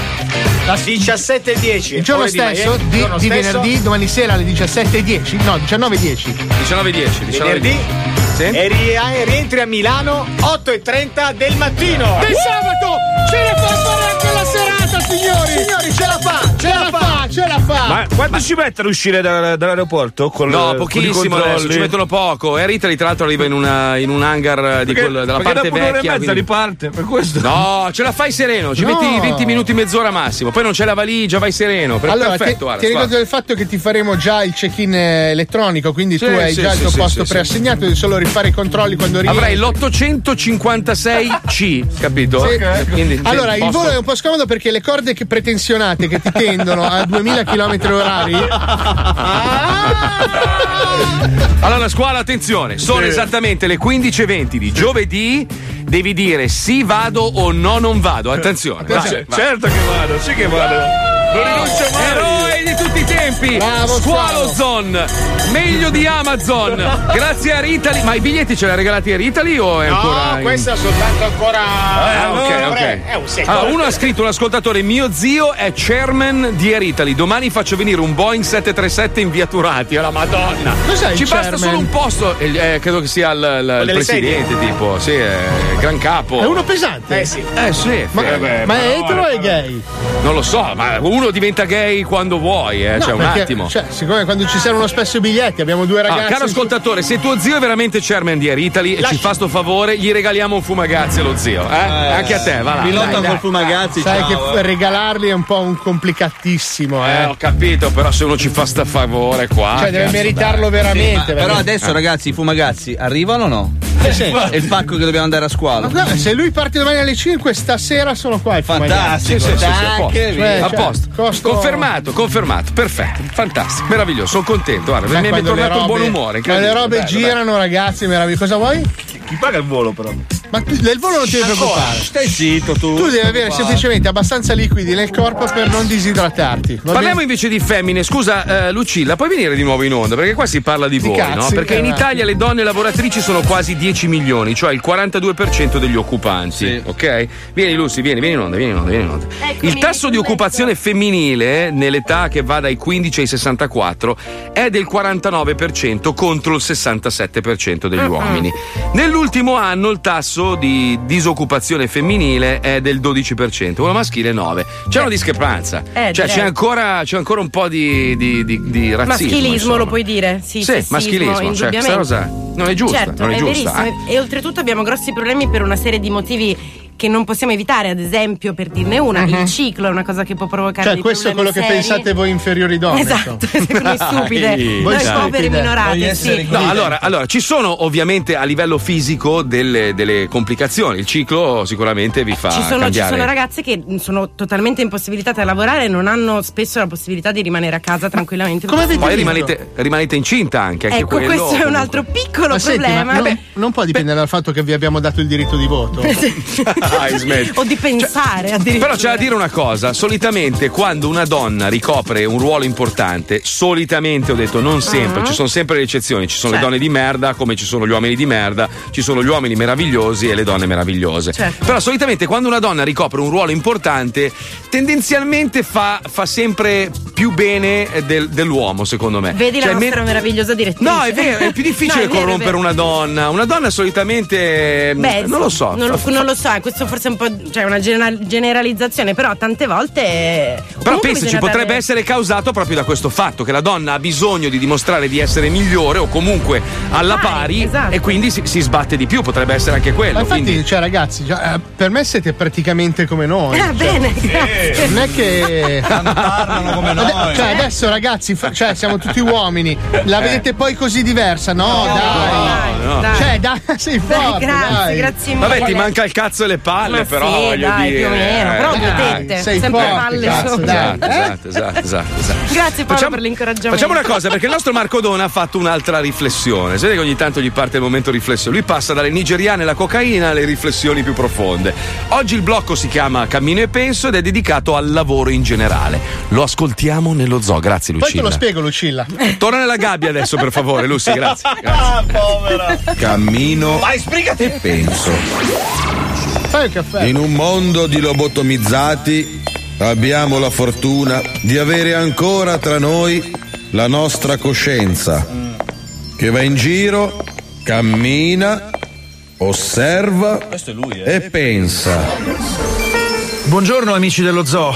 17:10. Il giorno stesso di venerdì, domani sera alle 17:10. No, 19:10. 19:10. Venerdì. Sì. E rientri a Milano 8:30 del mattino. Del sabato! Ce la fa fare anche la serata, signori! Signori, ce la fa! Ce la fa! Ce la fa! Ma quanto ci mette ad uscire dall'aeroporto? No, pochissimo adesso, ci mettono poco. Air Italy tra l'altro arriva in un hangar di della parte dopo vecchia. Un'ora e mezza riparte, per questo. No, ce la fai sereno, ci metti 20 minuti, mezz'ora massimo. Poi non c'è la valigia, vai sereno. Allora, perfetto, ti ricordo del fatto che ti faremo già il check-in elettronico, quindi tu hai già il tuo posto preassegnato, devi solo rifare i controlli quando rientri. Avrai l'856C, capito? Sì. Quindi, allora, il volo è un po' scomodo perché le corde pretensionate che ti tendono a 2000 km/h. Allora, scuola, attenzione, sono esattamente le 15:20 di giovedì. Devi dire sì, vado o no, non vado. Attenzione. Certo che vado, sì che vado. Non rinuncio mai. Eroi di tutti i tempi. Bravo, Squalozone, meglio di Amazon. Grazie a Ritali. Ma i biglietti ce li ha regalati a Ritali o è ancora? No, questa è soltanto ancora. Ok. È un secolo. Allora, uno ha scritto, un ascoltatore: mio zio è chairman di Air Italy. Domani faccio venire un Boeing 737 in via Turati. Alla Madonna. Cos'è Ci il basta chairman? solo un posto. Credo che sia il presidente, tipo. Sì, è gran capo. È uno pesante? Sì. Sì. Ma è etero o è gay? Non lo so, ma uno diventa gay quando vuoi, No, cioè un perché, attimo. Cioè, siccome quando ci servono spesso i biglietti, abbiamo due ragazzi. Caro ascoltatore, se tuo zio è veramente chairman di Air Italy e ci fa sto favore, gli regaliamo un Fumagazzi allo zio, anche a te, va là. Pilota Dai. col Fumagazzi. Sai ciao, che regalarli è un po' un complicatissimo, Ho capito, però se uno ci fa sta favore qua. Cioè, deve meritarlo veramente. Però adesso, ragazzi, i Fumagazzi arrivano o no? Sì. È il pacco che dobbiamo andare a scuola. Ma guarda, se lui parte domani alle 5, stasera sono qua. Fantastico. Sì, a posto. Cioè, A posto. Confermato. Perfetto. Fantastico. Meraviglioso. Sono contento. Guarda, mi è tornato un buon umore. Quando le robe girano, ragazzi, meraviglioso. Cosa vuoi? Chi paga il volo, però? Ma del volo non ti devi preoccupare. Stai zitto tu. Tu devi avere semplicemente abbastanza liquidi nel corpo per non disidratarti. Parliamo invece di femmine. Scusa, Lucilla, puoi venire di nuovo in onda? Perché qua si parla di voi, cazzi, no? Perché in Italia le donne lavoratrici sono quasi 10 milioni, cioè il 42% degli occupanti. Sì. Ok? Vieni, Lucy, vieni in onda. Il tasso di occupazione femminile nell'età che va dai 15 ai 64 è del 49% contro il 67% degli uomini. Nell'ultimo anno il tasso di disoccupazione femminile è del 12%, quello maschile 9%. C'è una discrepanza. Cioè c'è ancora un po' di razzismo. Maschilismo, insomma. lo puoi dire? Sì, maschilismo. Cioè, questa cosa non è giusta. Certo, non è giusta. verissimo. E oltretutto abbiamo grossi problemi per una serie di motivi che non possiamo evitare, ad esempio, per dirne una, il ciclo è una cosa che può provocare cioè dei questo è quello che seri. pensate voi inferiori donne. Esatto, siete noi stupide, noi poveri minorati, sì. No, allora ci sono ovviamente a livello fisico delle complicazioni. Il ciclo sicuramente vi fa cambiare. Ci sono ragazze che sono totalmente impossibilitate a lavorare e non hanno spesso la possibilità di rimanere a casa tranquillamente. Poi rimanete incinta anche ecco, quello, questo è un altro piccolo problema. Non può dipendere dal fatto che vi abbiamo dato il diritto di voto. O di pensare addirittura. Però c'è da dire una cosa, solitamente quando una donna ricopre un ruolo importante, solitamente ho detto non sempre, ci sono sempre le eccezioni, ci sono le donne di merda come ci sono gli uomini di merda, ci sono gli uomini meravigliosi e le donne meravigliose. Però solitamente quando una donna ricopre un ruolo importante tendenzialmente fa sempre più bene dell'uomo, secondo me. Vedi la nostra meravigliosa direttrice. No, è vero, è più difficile corrompere una donna. Una donna solitamente non lo so. Non lo so, questo forse è un po' una generalizzazione, però tante volte. Però pensa, ci potrebbe essere causato proprio da questo fatto che la donna ha bisogno di dimostrare di essere migliore o comunque alla pari, e quindi si sbatte di più, potrebbe essere anche quello. Ma infatti, quindi... ragazzi, per me siete praticamente come noi. Bene, grazie. Non è che parlano come noi. Adesso ragazzi, siamo tutti uomini. La vedete poi così diversa? No, dai. Dai, sei forte. Grazie mille. Vabbè, ti manca il cazzo e le palle, però voglio dire. Più o meno, però due tette, sei sempre forte, palle cazzo, sopra. Esatto. Grazie Paolo per l'incoraggiamento. Facciamo una cosa, perché il nostro Marco Dona ha fatto un'altra riflessione. Sapete che ogni tanto gli parte il momento riflessione. Lui passa dalle nigeriane alla cocaina alle riflessioni più profonde. Oggi il blocco si chiama Cammino e Penso ed è dedicato al lavoro in generale. Lo ascoltiamo nello zoo. Grazie Lucilla. Poi te lo spiego, Lucilla. Torna nella gabbia adesso, per favore, Lucy, grazie. Povera. Cammino Vai, sbrigati. e penso. Fai il caffè. In un mondo di lobotomizzati abbiamo la fortuna di avere ancora tra noi la nostra coscienza che va in giro, cammina, osserva e pensa. Buongiorno amici dello zoo.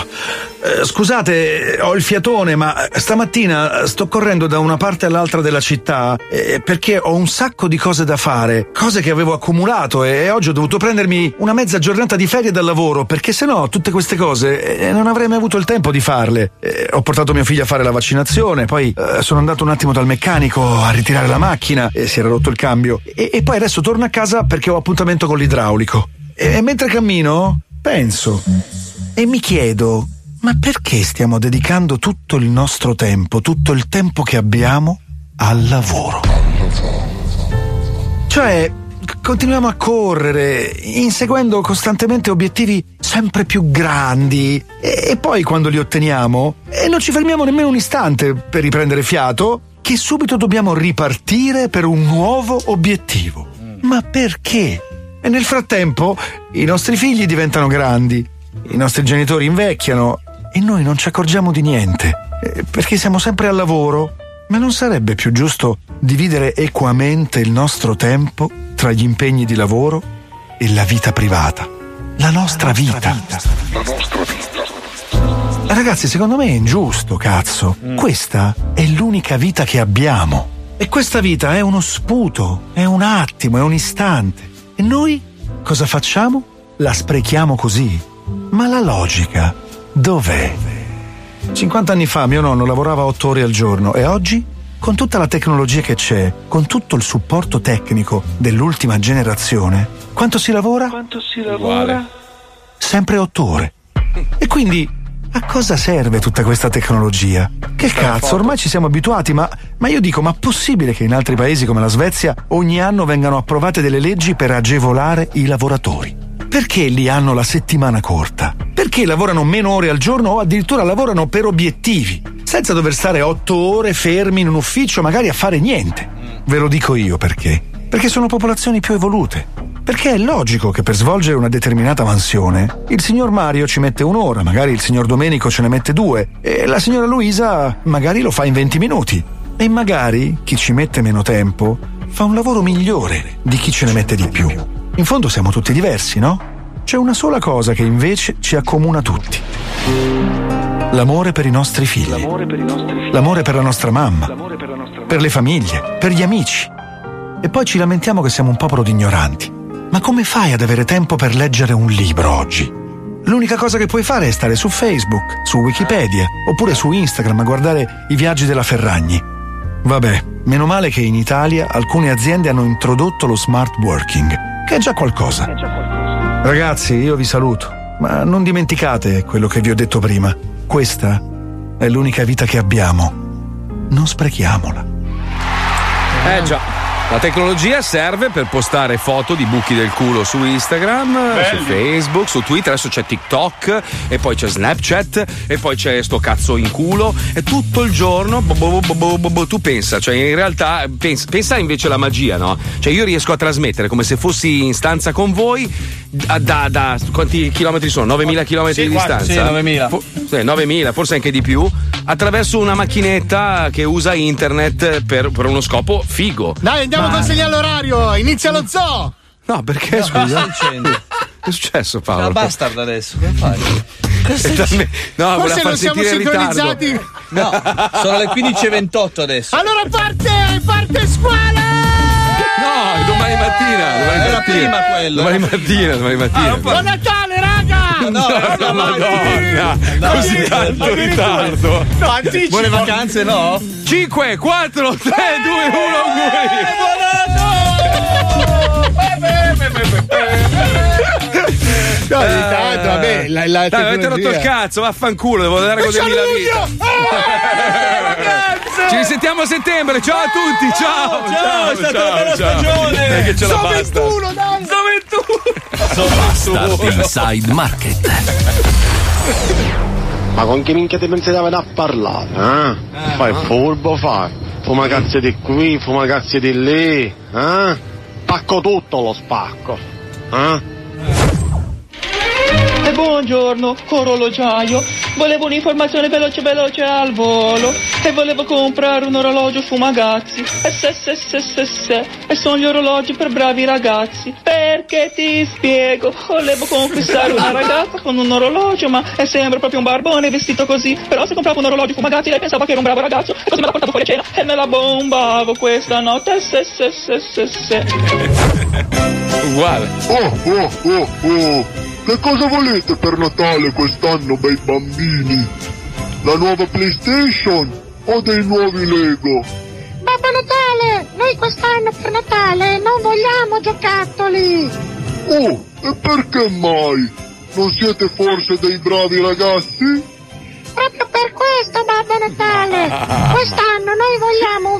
Scusate, ho il fiatone, ma stamattina sto correndo da una parte all'altra della città perché ho un sacco di cose da fare, cose che avevo accumulato e oggi ho dovuto prendermi una mezza giornata di ferie dal lavoro perché sennò tutte queste cose non avrei mai avuto il tempo di farle. Ho portato mio figlio a fare la vaccinazione, poi sono andato un attimo dal meccanico a ritirare la macchina e si era rotto il cambio e poi adesso torno a casa perché ho appuntamento con l'idraulico e mentre cammino penso e mi chiedo: ma perché stiamo dedicando tutto il nostro tempo, tutto il tempo che abbiamo al lavoro? Cioè, continuiamo a correre, inseguendo costantemente obiettivi sempre più grandi e poi quando li otteniamo non ci fermiamo nemmeno un istante per riprendere fiato, che subito dobbiamo ripartire per un nuovo obiettivo. Ma perché? E nel frattempo i nostri figli diventano grandi, i nostri genitori invecchiano e noi non ci accorgiamo di niente, perché siamo sempre al lavoro. Ma non sarebbe più giusto dividere equamente il nostro tempo tra gli impegni di lavoro e la vita privata? La nostra vita. Ragazzi, secondo me è ingiusto, cazzo. Questa è l'unica vita che abbiamo. E questa vita è uno sputo, è un attimo, è un istante. E noi cosa facciamo? La sprechiamo così. Ma la logica dov'è? 50 anni fa mio nonno lavorava 8 ore al giorno e oggi, con tutta la tecnologia che c'è, con tutto il supporto tecnico dell'ultima generazione, quanto si lavora? Uguale. Sempre 8 ore. E quindi a cosa serve tutta questa tecnologia? Che cazzo, ormai ci siamo abituati, ma io dico, ma possibile che in altri paesi come la Svezia ogni anno vengano approvate delle leggi per agevolare i lavoratori? Perché lì hanno la settimana corta? Perché lavorano meno ore al giorno o addirittura lavorano per obiettivi, senza dover stare 8 ore fermi in un ufficio magari a fare niente? Ve lo dico io perché. Perché sono popolazioni più evolute. Perché è logico che per svolgere una determinata mansione il signor Mario ci mette 1 ora, magari il signor Domenico ce ne mette 2 e la signora Luisa magari lo fa in 20 minuti. E magari chi ci mette meno tempo fa un lavoro migliore di chi ce ne mette di più. In fondo siamo tutti diversi, no? C'è una sola cosa che invece ci accomuna tutti. L'amore per i nostri figli. L'amore per la nostra mamma. Per le famiglie, per gli amici. E poi ci lamentiamo che siamo un popolo di ignoranti. Ma come fai ad avere tempo per leggere un libro oggi? L'unica cosa che puoi fare è stare su Facebook, su Wikipedia, oppure su Instagram a guardare i viaggi della Ferragni. Vabbè, meno male che in Italia alcune aziende hanno introdotto lo smart working, che è già qualcosa. Ragazzi, io vi saluto, ma non dimenticate quello che vi ho detto prima. Questa è l'unica vita che abbiamo. Non sprechiamola. Già. La tecnologia serve per postare foto di buchi del culo su Instagram, su Facebook, su Twitter, adesso c'è TikTok e poi c'è Snapchat e poi c'è sto cazzo in culo e tutto il giorno tu pensa, cioè in realtà pensa invece alla magia, no? Cioè io riesco a trasmettere come se fossi in stanza con voi da quanti chilometri sono? 9.000 chilometri di distanza? Sì, 9.000. 9.000, forse anche di più, attraverso una macchinetta che usa internet per uno scopo figo. Dai, andiamo col segnale orario, inizia lo zoo! No, perché scusa? Che è successo, Paolo? La bastard adesso, che fai? No, forse non siamo sincronizzati. No, sono le 15:28 adesso. Allora parte squalo! No, domani mattina. Era prima quello. Domani mattina. Buon Natale, raga! No, Madonna! Così tanto ritardo. No, anticipo. Buone vacanze, no? 5, 4, 3, 2, 1, No, tanto, vabbè, dai, avete rotto il cazzo, vaffanculo, devo andare a godermi la vita. Ci risentiamo a settembre, ciao a tutti, ciao, è stata una bella stagione. Dai che ce la basta. Bastard Inside Market. Ma con che minchia ti pensate a parlare? Fai furbo, fuma cazzi di qui, fuma cazzi di lì, Spacco tutto, lo spacco, E buongiorno, orologiaio. Volevo un'informazione veloce al volo. E volevo comprare un orologio Fumagazzi. E sono gli orologi per bravi ragazzi. Perché ti spiego, volevo conquistare una ragazza con un orologio, ma è sempre proprio un barbone vestito così. Però se compravo un orologio Fumagazzi lei pensava che era un bravo ragazzo e così me la portavo fuori a cena e me la bombavo questa notte. Uguale. Oh. Che cosa volete per Natale quest'anno, bei bambini? La nuova PlayStation o dei nuovi Lego? Babbo Natale, noi quest'anno per Natale non vogliamo giocattoli. Oh, e perché mai? Non siete forse dei bravi ragazzi? Proprio per questo, Babbo Natale, quest'anno noi vogliamo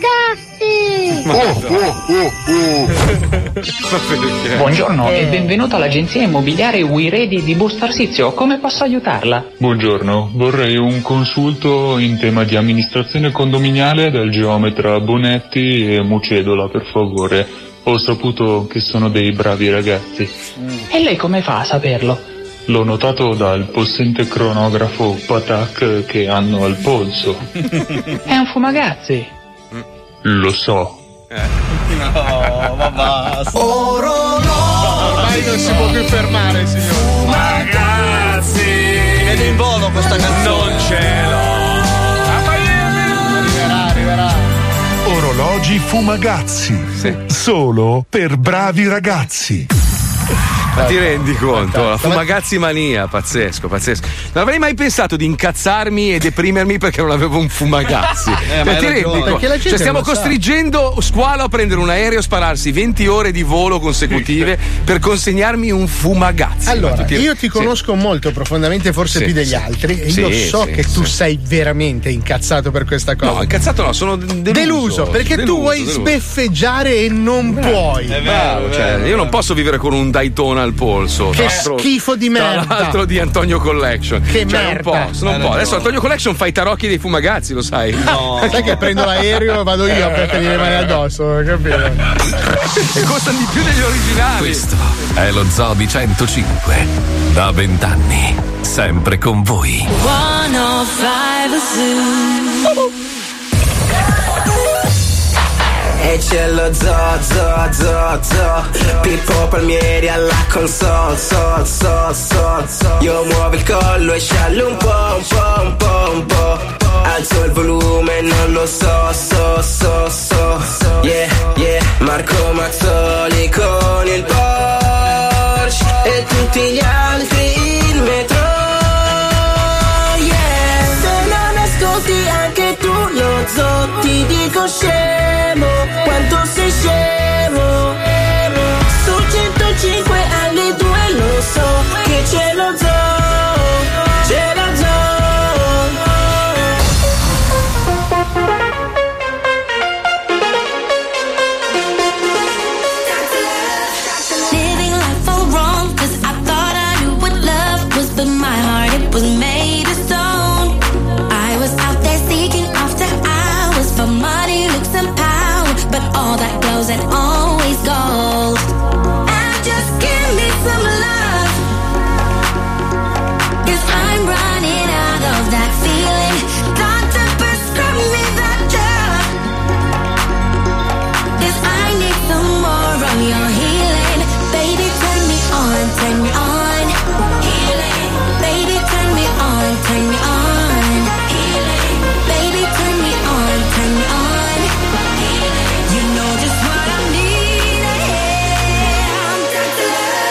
un Fumagazzi. Buongiorno e benvenuto all'agenzia immobiliare We Ready di Busto Arsizio. Come posso aiutarla? Buongiorno, vorrei un consulto in tema di amministrazione condominiale dal geometra Bonetti e Mucedola, per favore. Ho saputo che sono dei bravi ragazzi. E lei come fa a saperlo? L'ho notato dal possente cronografo Patak che hanno al polso. È un Fumagazzi. Lo so. No, ma basta. Ormai non si può più fermare, signore. Ragazzi, viene in volo questa canzone. Non ce l'ho. Arriverà. Orologi Fumagazzi. Solo per bravi ragazzi. Ma ti rendi conto? La Fumagazzi mania, pazzesco. Non avrei mai pensato di incazzarmi e deprimermi perché non avevo un Fumagazzi. Ti rendi conto? Cioè stiamo costringendo Squalo a prendere un aereo e spararsi 20 ore di volo consecutive per consegnarmi un Fumagazzi. Allora, io ti conosco molto profondamente, forse più degli altri, e io so che tu sei veramente incazzato per questa cosa. No, incazzato no, sono deluso perché tu vuoi sbeffeggiare e non puoi. È vero, cioè, io non posso vivere con un Daytona al polso. Che schifo di merda. Tra l'altro di Antonio Collection. Che merda. Non può. Adesso Antonio Collection fa i tarocchi dei Fumagazzi, lo sai? No. Sai che prendo l'aereo e vado io a mettergli le mani addosso, capito? E costano di più degli originali. Questo è lo Zoo di 105. Da 20 anni. Sempre con voi. 105 Zoo. E c'è lo zoo, Pippo Palmieri alla console, Io muovo il collo e sciallo un po', Alzo il volume, non lo so, Yeah, Marco Mazzoli con il leggero. Su 105 alle 2 lo so che ce lo so. But my heart, it was made of stone. I was out there seeking after hours for money, looks and power, but all that goes and always goes. And just give me some love, 'cause I'm running out of that feeling. Doctor, prescribe me that drug, 'cause I need some more of your healing. Baby, turn me on, turn me on. Baby, turn me on, turn me on. Healing. Baby, turn me on, turn me on. Healing. You know just what I need. I'm Dr.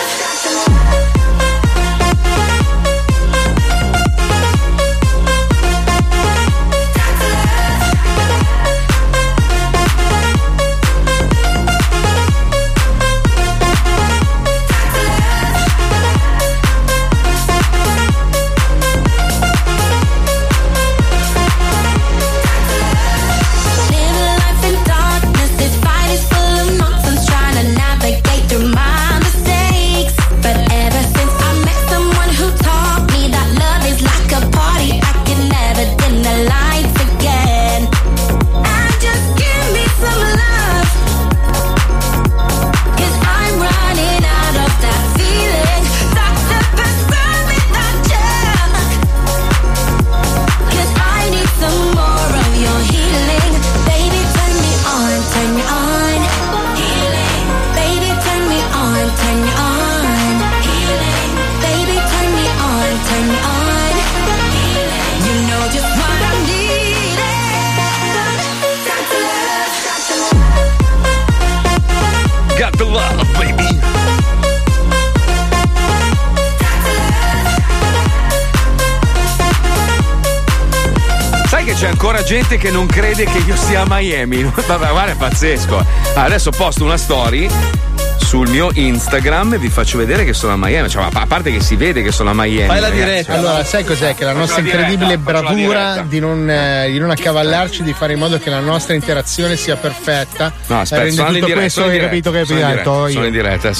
C'è ancora gente che non crede che io sia a Miami. Vabbè, guarda, è pazzesco. Adesso posto una story sul mio Instagram e vi faccio vedere che sono a Miami. Cioè, a parte che si vede che sono a Miami. Fai la diretta. Allora, sai cos'è? Che la nostra incredibile bravura di non accavallarci, di fare in modo che la nostra interazione sia perfetta. No, aspetta, rende sono in tutto diretta. questo, Sono hai in capito che diretta. hai Sono in diretta.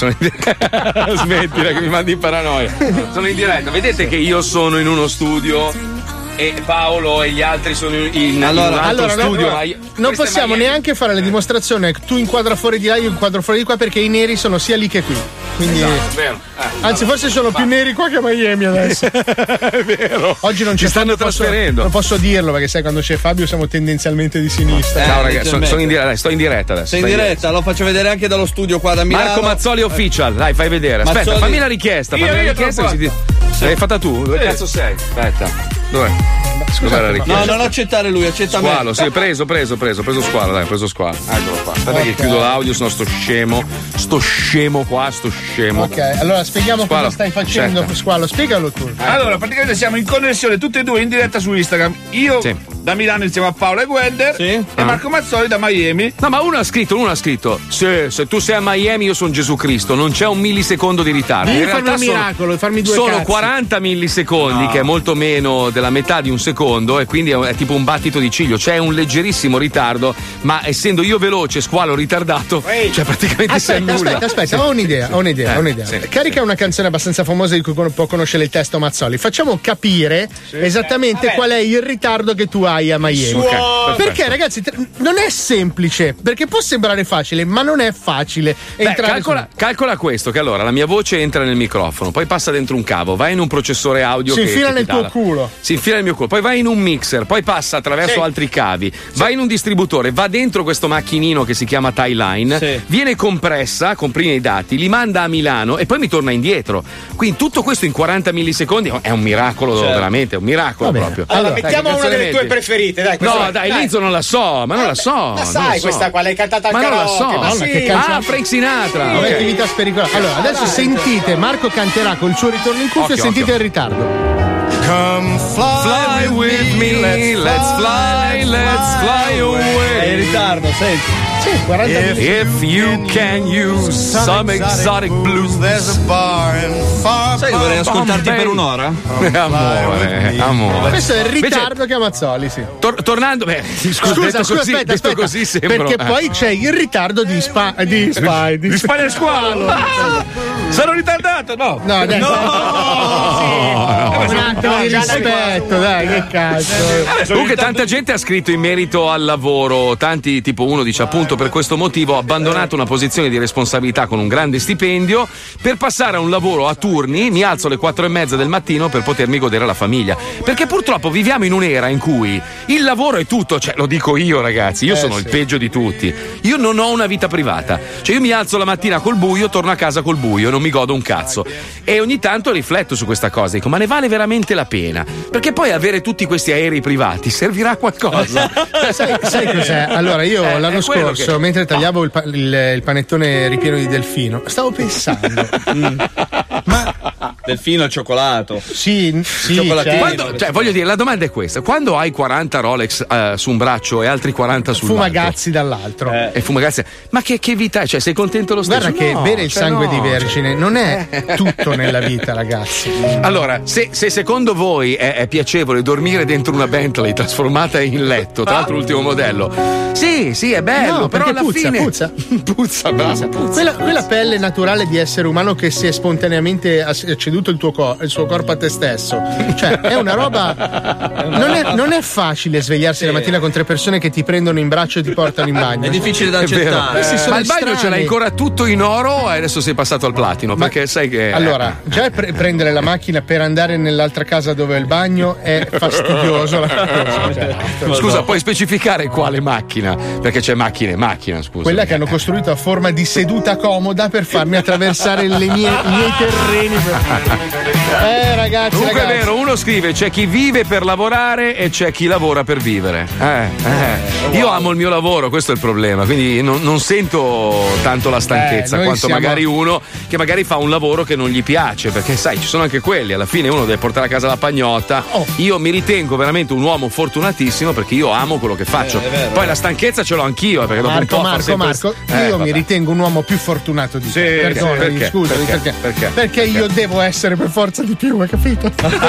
Smettila che mi mandi in paranoia. Sono in diretta. Vedete che io sono in uno studio e Paolo e gli altri sono in un altro studio. Non possiamo neanche fare la dimostrazione. Tu inquadra fuori di là, io inquadro fuori di qua, perché i neri sono sia lì che qui. Quindi, esatto, vero. Anzi, forse sono più neri qua che a Miami adesso. È vero. Oggi non ci stanno trasferendo. Non posso dirlo perché sai, quando c'è Fabio siamo tendenzialmente di sinistra. Ciao ragazzi, sono in diretta, sto in diretta adesso. Sei in diretta, lo faccio vedere anche dallo studio qua da Milano. Marco Mazzoli Official, dai, fai vedere. Aspetta, Mazzoli. fammi la richiesta. L'hai fatta tu? Dove cazzo sei? Aspetta. Dov'è? Scusa, la richiesta. No, non accettare lui, accetta Squalo, me. sì, preso Squalo, dai, preso Squalo. Eccolo qua. Aspetta che chiudo l'audio, sennò sto scemo qua. Ok, allora spieghiamo Squalo, cosa stai facendo, certo. Squalo, spiegalo tu. Allora, praticamente siamo in connessione tutti e due in diretta su Instagram. Io da Milano insieme a Paolo e Gwender e Marco Mazzoli da Miami. No, ma uno ha scritto, se tu sei a Miami io sono Gesù Cristo, non c'è un millisecondo di ritardo. Devi In farmi realtà un miracolo, farmi due sono cazzi. 40 millisecondi, che è molto meno della metà di un secondo, e quindi è tipo un battito di ciglio. C'è un leggerissimo ritardo, ma essendo io veloce, Squalo ritardato, cioè praticamente si annulla. Aspetta, ho un'idea. Sì. Carica una canzone abbastanza famosa di cui può conoscere il testo Mazzoli. Facciamo capire esattamente qual è il ritardo che tu hai a Miami. Perché ragazzi, non è semplice, perché può sembrare facile, ma non è facile. Calcola questo, che allora la mia voce entra nel microfono, poi passa dentro un cavo, va in un processore audio si che infila ti nel tuo dà culo. Si infila nel mio culo, poi va in un mixer, poi passa attraverso altri cavi, va in un distributore, va dentro questo macchinino che si chiama Timeline, viene compressa, comprime i dati, li manda a Milano e poi mi torna indietro. Quindi tutto questo in 40 millisecondi è un miracolo, veramente, è un miracolo proprio. Allora, mettiamo una delle tue preferite, dai. No, dai, Lizzo non la so, ma non la so. Ma sai questa qua, l'hai cantata al ma non la karaoke, so. ma sì. Che canzone? Frank Sinatra. Sì. Attività spericolose. Allora, adesso sentite, Marco canterà col suo ritorno in cuffia e sentite il ritardo. Come fly with me, let's fly away. È in ritardo, senti. Sì. If you can use some exotic blues. Sai che vorrei ascoltarti per un'ora? Amore. Questo è il ritardo che Mazzoli, sì. Tornando, scusa, aspetta. Così sembra. Perché poi c'è il ritardo di Spine Squalo. Sono ritardato, no? No, dai. Un attimo di rispetto, dai, che cazzo. Comunque tanta gente ha scritto in merito al lavoro, tanti, tipo uno dice appunto per questo motivo ho abbandonato una posizione di responsabilità con un grande stipendio per passare a un lavoro a turni, mi alzo alle 4:30 del mattino per potermi godere la famiglia, perché purtroppo viviamo in un'era in cui il lavoro è tutto, cioè lo dico io ragazzi, io sono il peggio di tutti, io non ho una vita privata, cioè io mi alzo la mattina col buio, torno a casa col buio, non mi godo un cazzo e ogni tanto rifletto su questa cosa, dico ma ne vale veramente la pena? Perché poi avere tutti questi aerei privati servirà a qualcosa. sai cos'è? Allora io l'anno scorso mentre tagliavo il panettone ripieno di delfino stavo pensando ma delfino al cioccolato. Sì, quando, cioè voglio dire, la domanda è questa: quando hai 40 Rolex su un braccio e altri 40 sull'altro, fumagazzi dall'altro e fumagazzi, ma che vita è? Cioè sei contento lo stesso? Guarda che bere il sangue di vergine non è tutto nella vita, ragazzi. Allora, se secondo voi è piacevole dormire dentro una Bentley trasformata in letto, tra l'altro l'ultimo modello, sì è bello, no, però alla fine puzza, bravo. Quella pelle naturale di essere umano che si è spontaneamente ceduto il suo corpo a te stesso, cioè è una roba non è facile svegliarsi la mattina con 3 persone che ti prendono in braccio e ti portano in bagno, è difficile da accettare. Ma il bagno ce l'hai ancora tutto in oro e adesso sei passato al platino, perché sai che allora già prendere la macchina per andare nell'altra casa dove è il bagno è fastidioso. Scusa, puoi specificare quale macchina? Perché c'è macchina, scusa. Quella che hanno costruito a forma di seduta comoda per farmi attraversare i miei terreni. Ragazzi. Comunque è vero, uno scrive: c'è chi vive per lavorare e c'è chi lavora per vivere. Io amo il mio lavoro, questo è il problema, quindi non sento tanto la stanchezza quanto magari uno che magari fa un lavoro che non gli piace, perché sai, ci sono anche quelli, alla fine uno deve portare a casa la pagnotta. Io mi ritengo veramente un uomo fortunatissimo perché io amo quello che faccio. Poi la stanchezza ce l'ho anch'io, perché dopo un po' Marco, io mi ritengo un uomo più fortunato di te. Perdonami, scusami, perché io devo essere per forza di più, hai capito?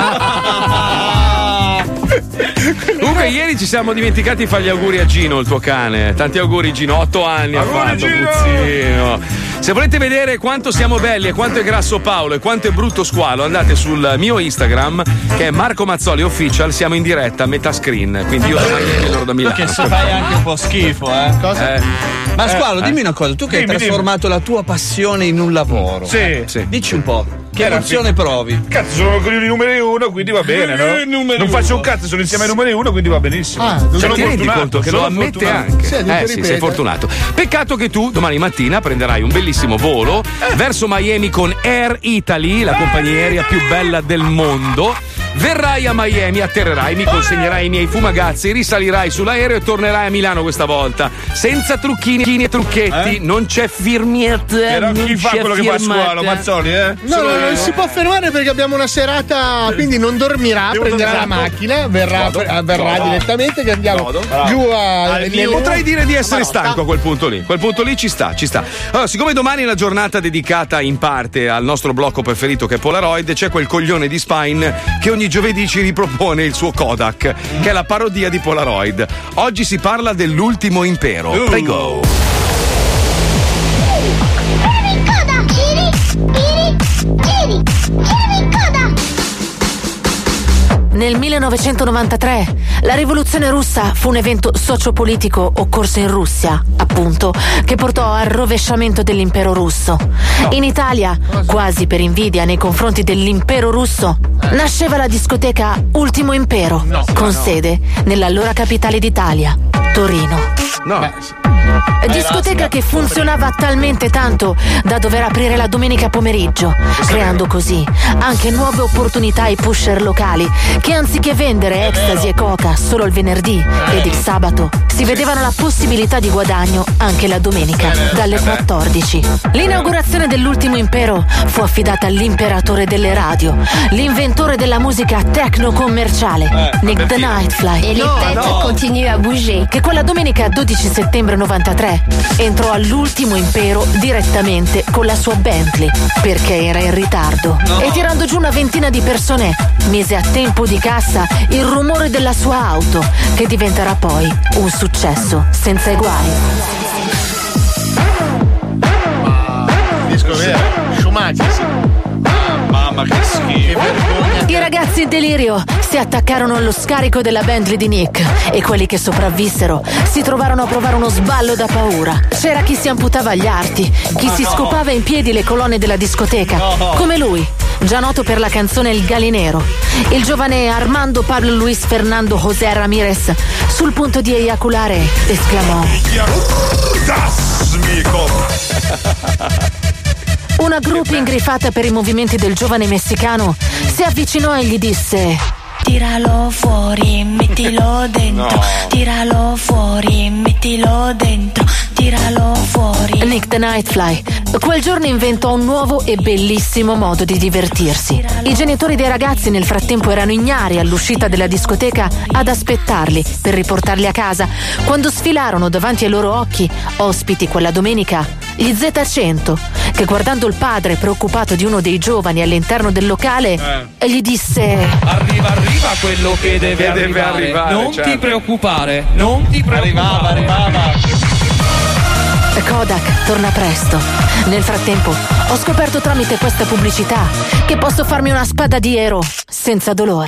Comunque ieri ci siamo dimenticati di fare gli auguri a Gino, il tuo cane. Tanti auguri Gino, 8 anni ha fatto, puzzino. Se volete vedere quanto siamo belli e quanto è grasso Paolo e quanto è brutto Squalo, andate sul mio Instagram che è Marco Mazzoli Official, siamo in diretta a metà screen, quindi io da loro da Milano. Che se fai anche un po' schifo, Cosa? Ma Squalo, dimmi una cosa, tu che hai trasformato la tua passione in un lavoro. Sì. Dici un po'. Che emozione provi? Cazzo, sono con i numeri 1, quindi va bene, no? Non faccio un cazzo, sono insieme ai numeri 1, quindi va benissimo. Cioè, ti rendi conto che lo ammette anche? Sì, sei fortunato. Peccato che tu domani mattina prenderai un bellissimo volo verso Miami con Air Italy, la compagnia aerea più bella del mondo. Verrai a Miami, atterrerai, mi consegnerai i miei fumagazzi, risalirai sull'aereo e tornerai a Milano questa volta. Senza trucchini e trucchetti, non c'è firmiette. Però chi fa quello che fa a Squalo, Mazzoli, No, non si può fermare perché abbiamo una serata, quindi non dormirà, prenderà la macchina, verrà direttamente che andiamo giù a. Potrei dire di essere stanco a quel punto lì. Quel punto lì ci sta. Allora, siccome domani è la giornata dedicata in parte al nostro blocco preferito che è Polaroid, c'è quel coglione di Spine che ogni giovedì ci ripropone il suo Kodak, che è la parodia di Polaroid. Oggi si parla dell'ultimo impero. Prego. Nel 1993 la rivoluzione russa fu un evento sociopolitico occorso in Russia, appunto, che portò al rovesciamento dell'impero russo. In Italia, quasi per invidia nei confronti dell'impero russo, nasceva la discoteca Ultimo Impero, con sede nell'allora capitale d'Italia, Torino. Discoteca che funzionava talmente tanto da dover aprire la domenica pomeriggio, creando così anche nuove opportunità ai pusher locali che anziché vendere ecstasy e coca solo il venerdì ed il sabato si vedevano la possibilità di guadagno anche la domenica dalle 14. L'inaugurazione dell'Ultimo Impero fu affidata all'imperatore delle radio, l'inventore della musica techno commerciale, Nick the Nightfly, E les têtes continuent à bouger. che quella domenica 12 settembre 93 1933 entrò all'ultimo impero direttamente con la sua Bentley perché era in ritardo e tirando giù una ventina di persone mise a tempo di cassa il rumore della sua auto che diventerà poi un successo senza eguali. Disco vero? Schumacher, sì. Mamma che schifo. I ragazzi in delirio si attaccarono allo scarico della Bentley di Nick e quelli che sopravvissero si trovarono a provare uno sballo da paura. C'era chi si amputava gli arti, chi si scopava in piedi le colonne della discoteca, come lui, già noto per la canzone Il Galinero. Il giovane Armando Pablo Luis Fernando José Ramirez, sul punto di eiaculare, esclamò: Una group ingrifata per i movimenti del giovane messicano si avvicinò e gli disse: Tiralo fuori, mettilo dentro. Tiralo fuori, mettilo dentro. Tiralo fuori. Nick the Nightfly quel giorno inventò un nuovo e bellissimo modo di divertirsi. I genitori dei ragazzi nel frattempo erano ignari all'uscita della discoteca ad aspettarli per riportarli a casa, quando sfilarono davanti ai loro occhi, ospiti quella domenica, gli Z100, che guardando il padre preoccupato di uno dei giovani all'interno del locale gli disse: Arriva quello che deve arrivare. Non ti preoccupare, non ti preoccupare. Arrivava. Kodak torna presto. Nel frattempo ho scoperto tramite questa pubblicità che posso farmi una spada di Hero senza dolore.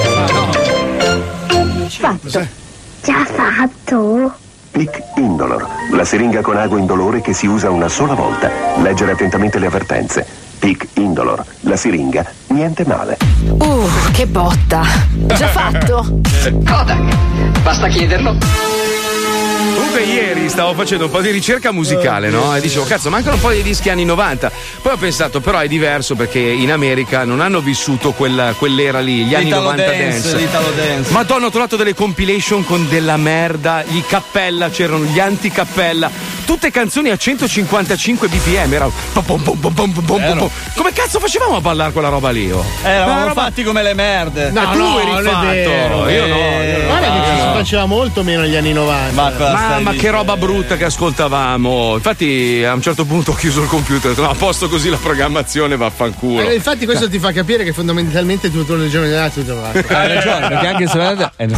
Fatto. Già fatto. Pic Indolor, la siringa con ago indolore che si usa una sola volta. Leggere attentamente le avvertenze. Pic Indolor, la siringa, niente male. Che botta. Già fatto. Kodak, basta chiederlo. Comunque ieri stavo facendo un po' di ricerca musicale, no? E dicevo, cazzo, mancano un po' di dischi anni 90. Poi ho pensato, però è diverso perché in America non hanno vissuto quell'era lì, gli anni 90 dance. L'Italo dance. Madonna, ho trovato delle compilation con della merda, gli cappella, c'erano gli anticappella, tutte canzoni a 155 bpm, era come cazzo facevamo a ballare quella roba lì? Eravamo fatti come le merde. No, tu no, eri non fatto. è vero. Io no. Guarda che ci si faceva molto meno negli anni 90. Ma che roba brutta che ascoltavamo. Infatti a un certo punto ho chiuso il computer, ho detto, no, a posto così la programmazione vaffanculo. Infatti questo ti fa capire che fondamentalmente tutto il giorno della tutto va. Hai ragione, perché anche se è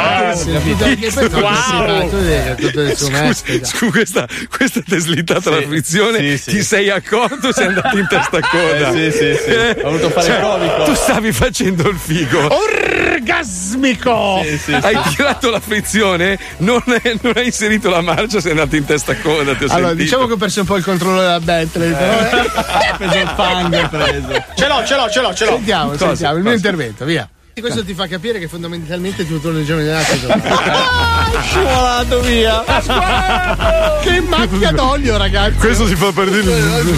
Scusa, questa ti è slittata la frizione, ti sei accorto, sei andato in testa a coda. Sì. Ho voluto fare il comico. Tu stavi facendo il figo. Orgasmico! Hai tirato la frizione, non hai inserito la marcia, sei andato in testa a coda. Ti ho allora, sentito. diciamo che ho perso un po' il controllo della Bentley. Ho preso il fango, Ce l'ho. Sentiamo il mio intervento, via. Questo ti fa capire che fondamentalmente tutto il giorno della scivolato via. Che macchia d'olio, ragazzi. Questo si fa per dire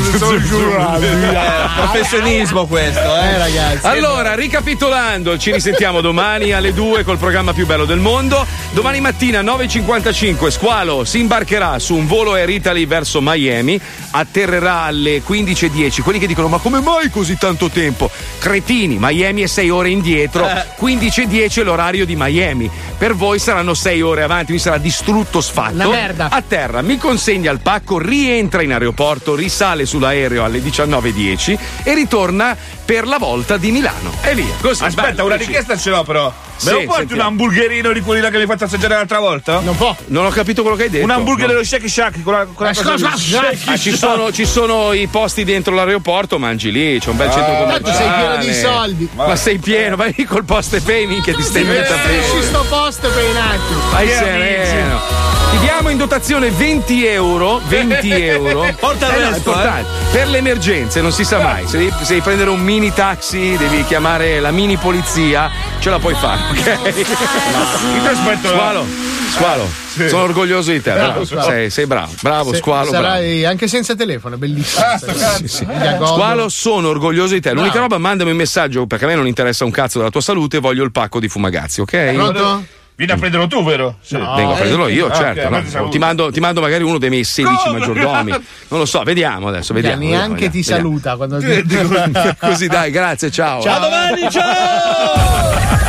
professionismo questo, ragazzi. Allora, ricapitolando, ci risentiamo domani alle 2 col programma più bello del mondo. Domani mattina 9:55 Squalo si imbarcherà su un volo Air Italy verso Miami, atterrerà alle 15:10. Quelli che dicono ma come mai così tanto tempo? Cretini, Miami è 6 ore indietro. 15:10 è l'orario di Miami. Per voi saranno 6 ore avanti, quindi sarà distrutto, sfatto. Una merda. A terra, mi consegna il pacco, rientra in aeroporto, risale sull'aereo alle 19:10 e ritorna per la volta di Milano. E via. Così. Aspetta, una richiesta ce l'ho però. Me lo porti un hamburgerino di quelli là che mi hai fatto assaggiare l'altra volta? Non può. Non ho capito quello che hai detto. Un hamburger dello Shake Shack con la cosa. Ci sono i posti dentro l'aeroporto, mangi lì, c'è un bel centro commerciale. Tanto sei pieno di soldi. Ma sei pieno, vai lì col post pay che ti stai in Ci sto post per in attimo. Vai sereno. Ti diamo in dotazione 20 euro. 20 euro. Porta il resto, per le emergenze, non si sa mai. Se devi prendere un mini taxi, devi chiamare la mini polizia, ce la puoi fare, ok? Io ti aspetto. Squalo. Sì. Sono orgoglioso di te. Bravo. Sei bravo. Bravo, Squalo. Sarai bravo. Anche senza telefono, è bellissimo. Sì. Squalo, sono orgoglioso di te. L'unica roba, mandami un messaggio perché a me non interessa un cazzo della tua salute. Voglio il pacco di Fumagazzi, ok? Pronto? Vieni a prenderlo tu, vero? Sì. Vengo a prenderlo io, certo. Okay, no. Ti mando magari uno dei miei 16 maggiordomi. Non lo so, vediamo adesso. Neanche ti saluta quando così, dai, grazie, ciao. Ciao, a domani, ciao!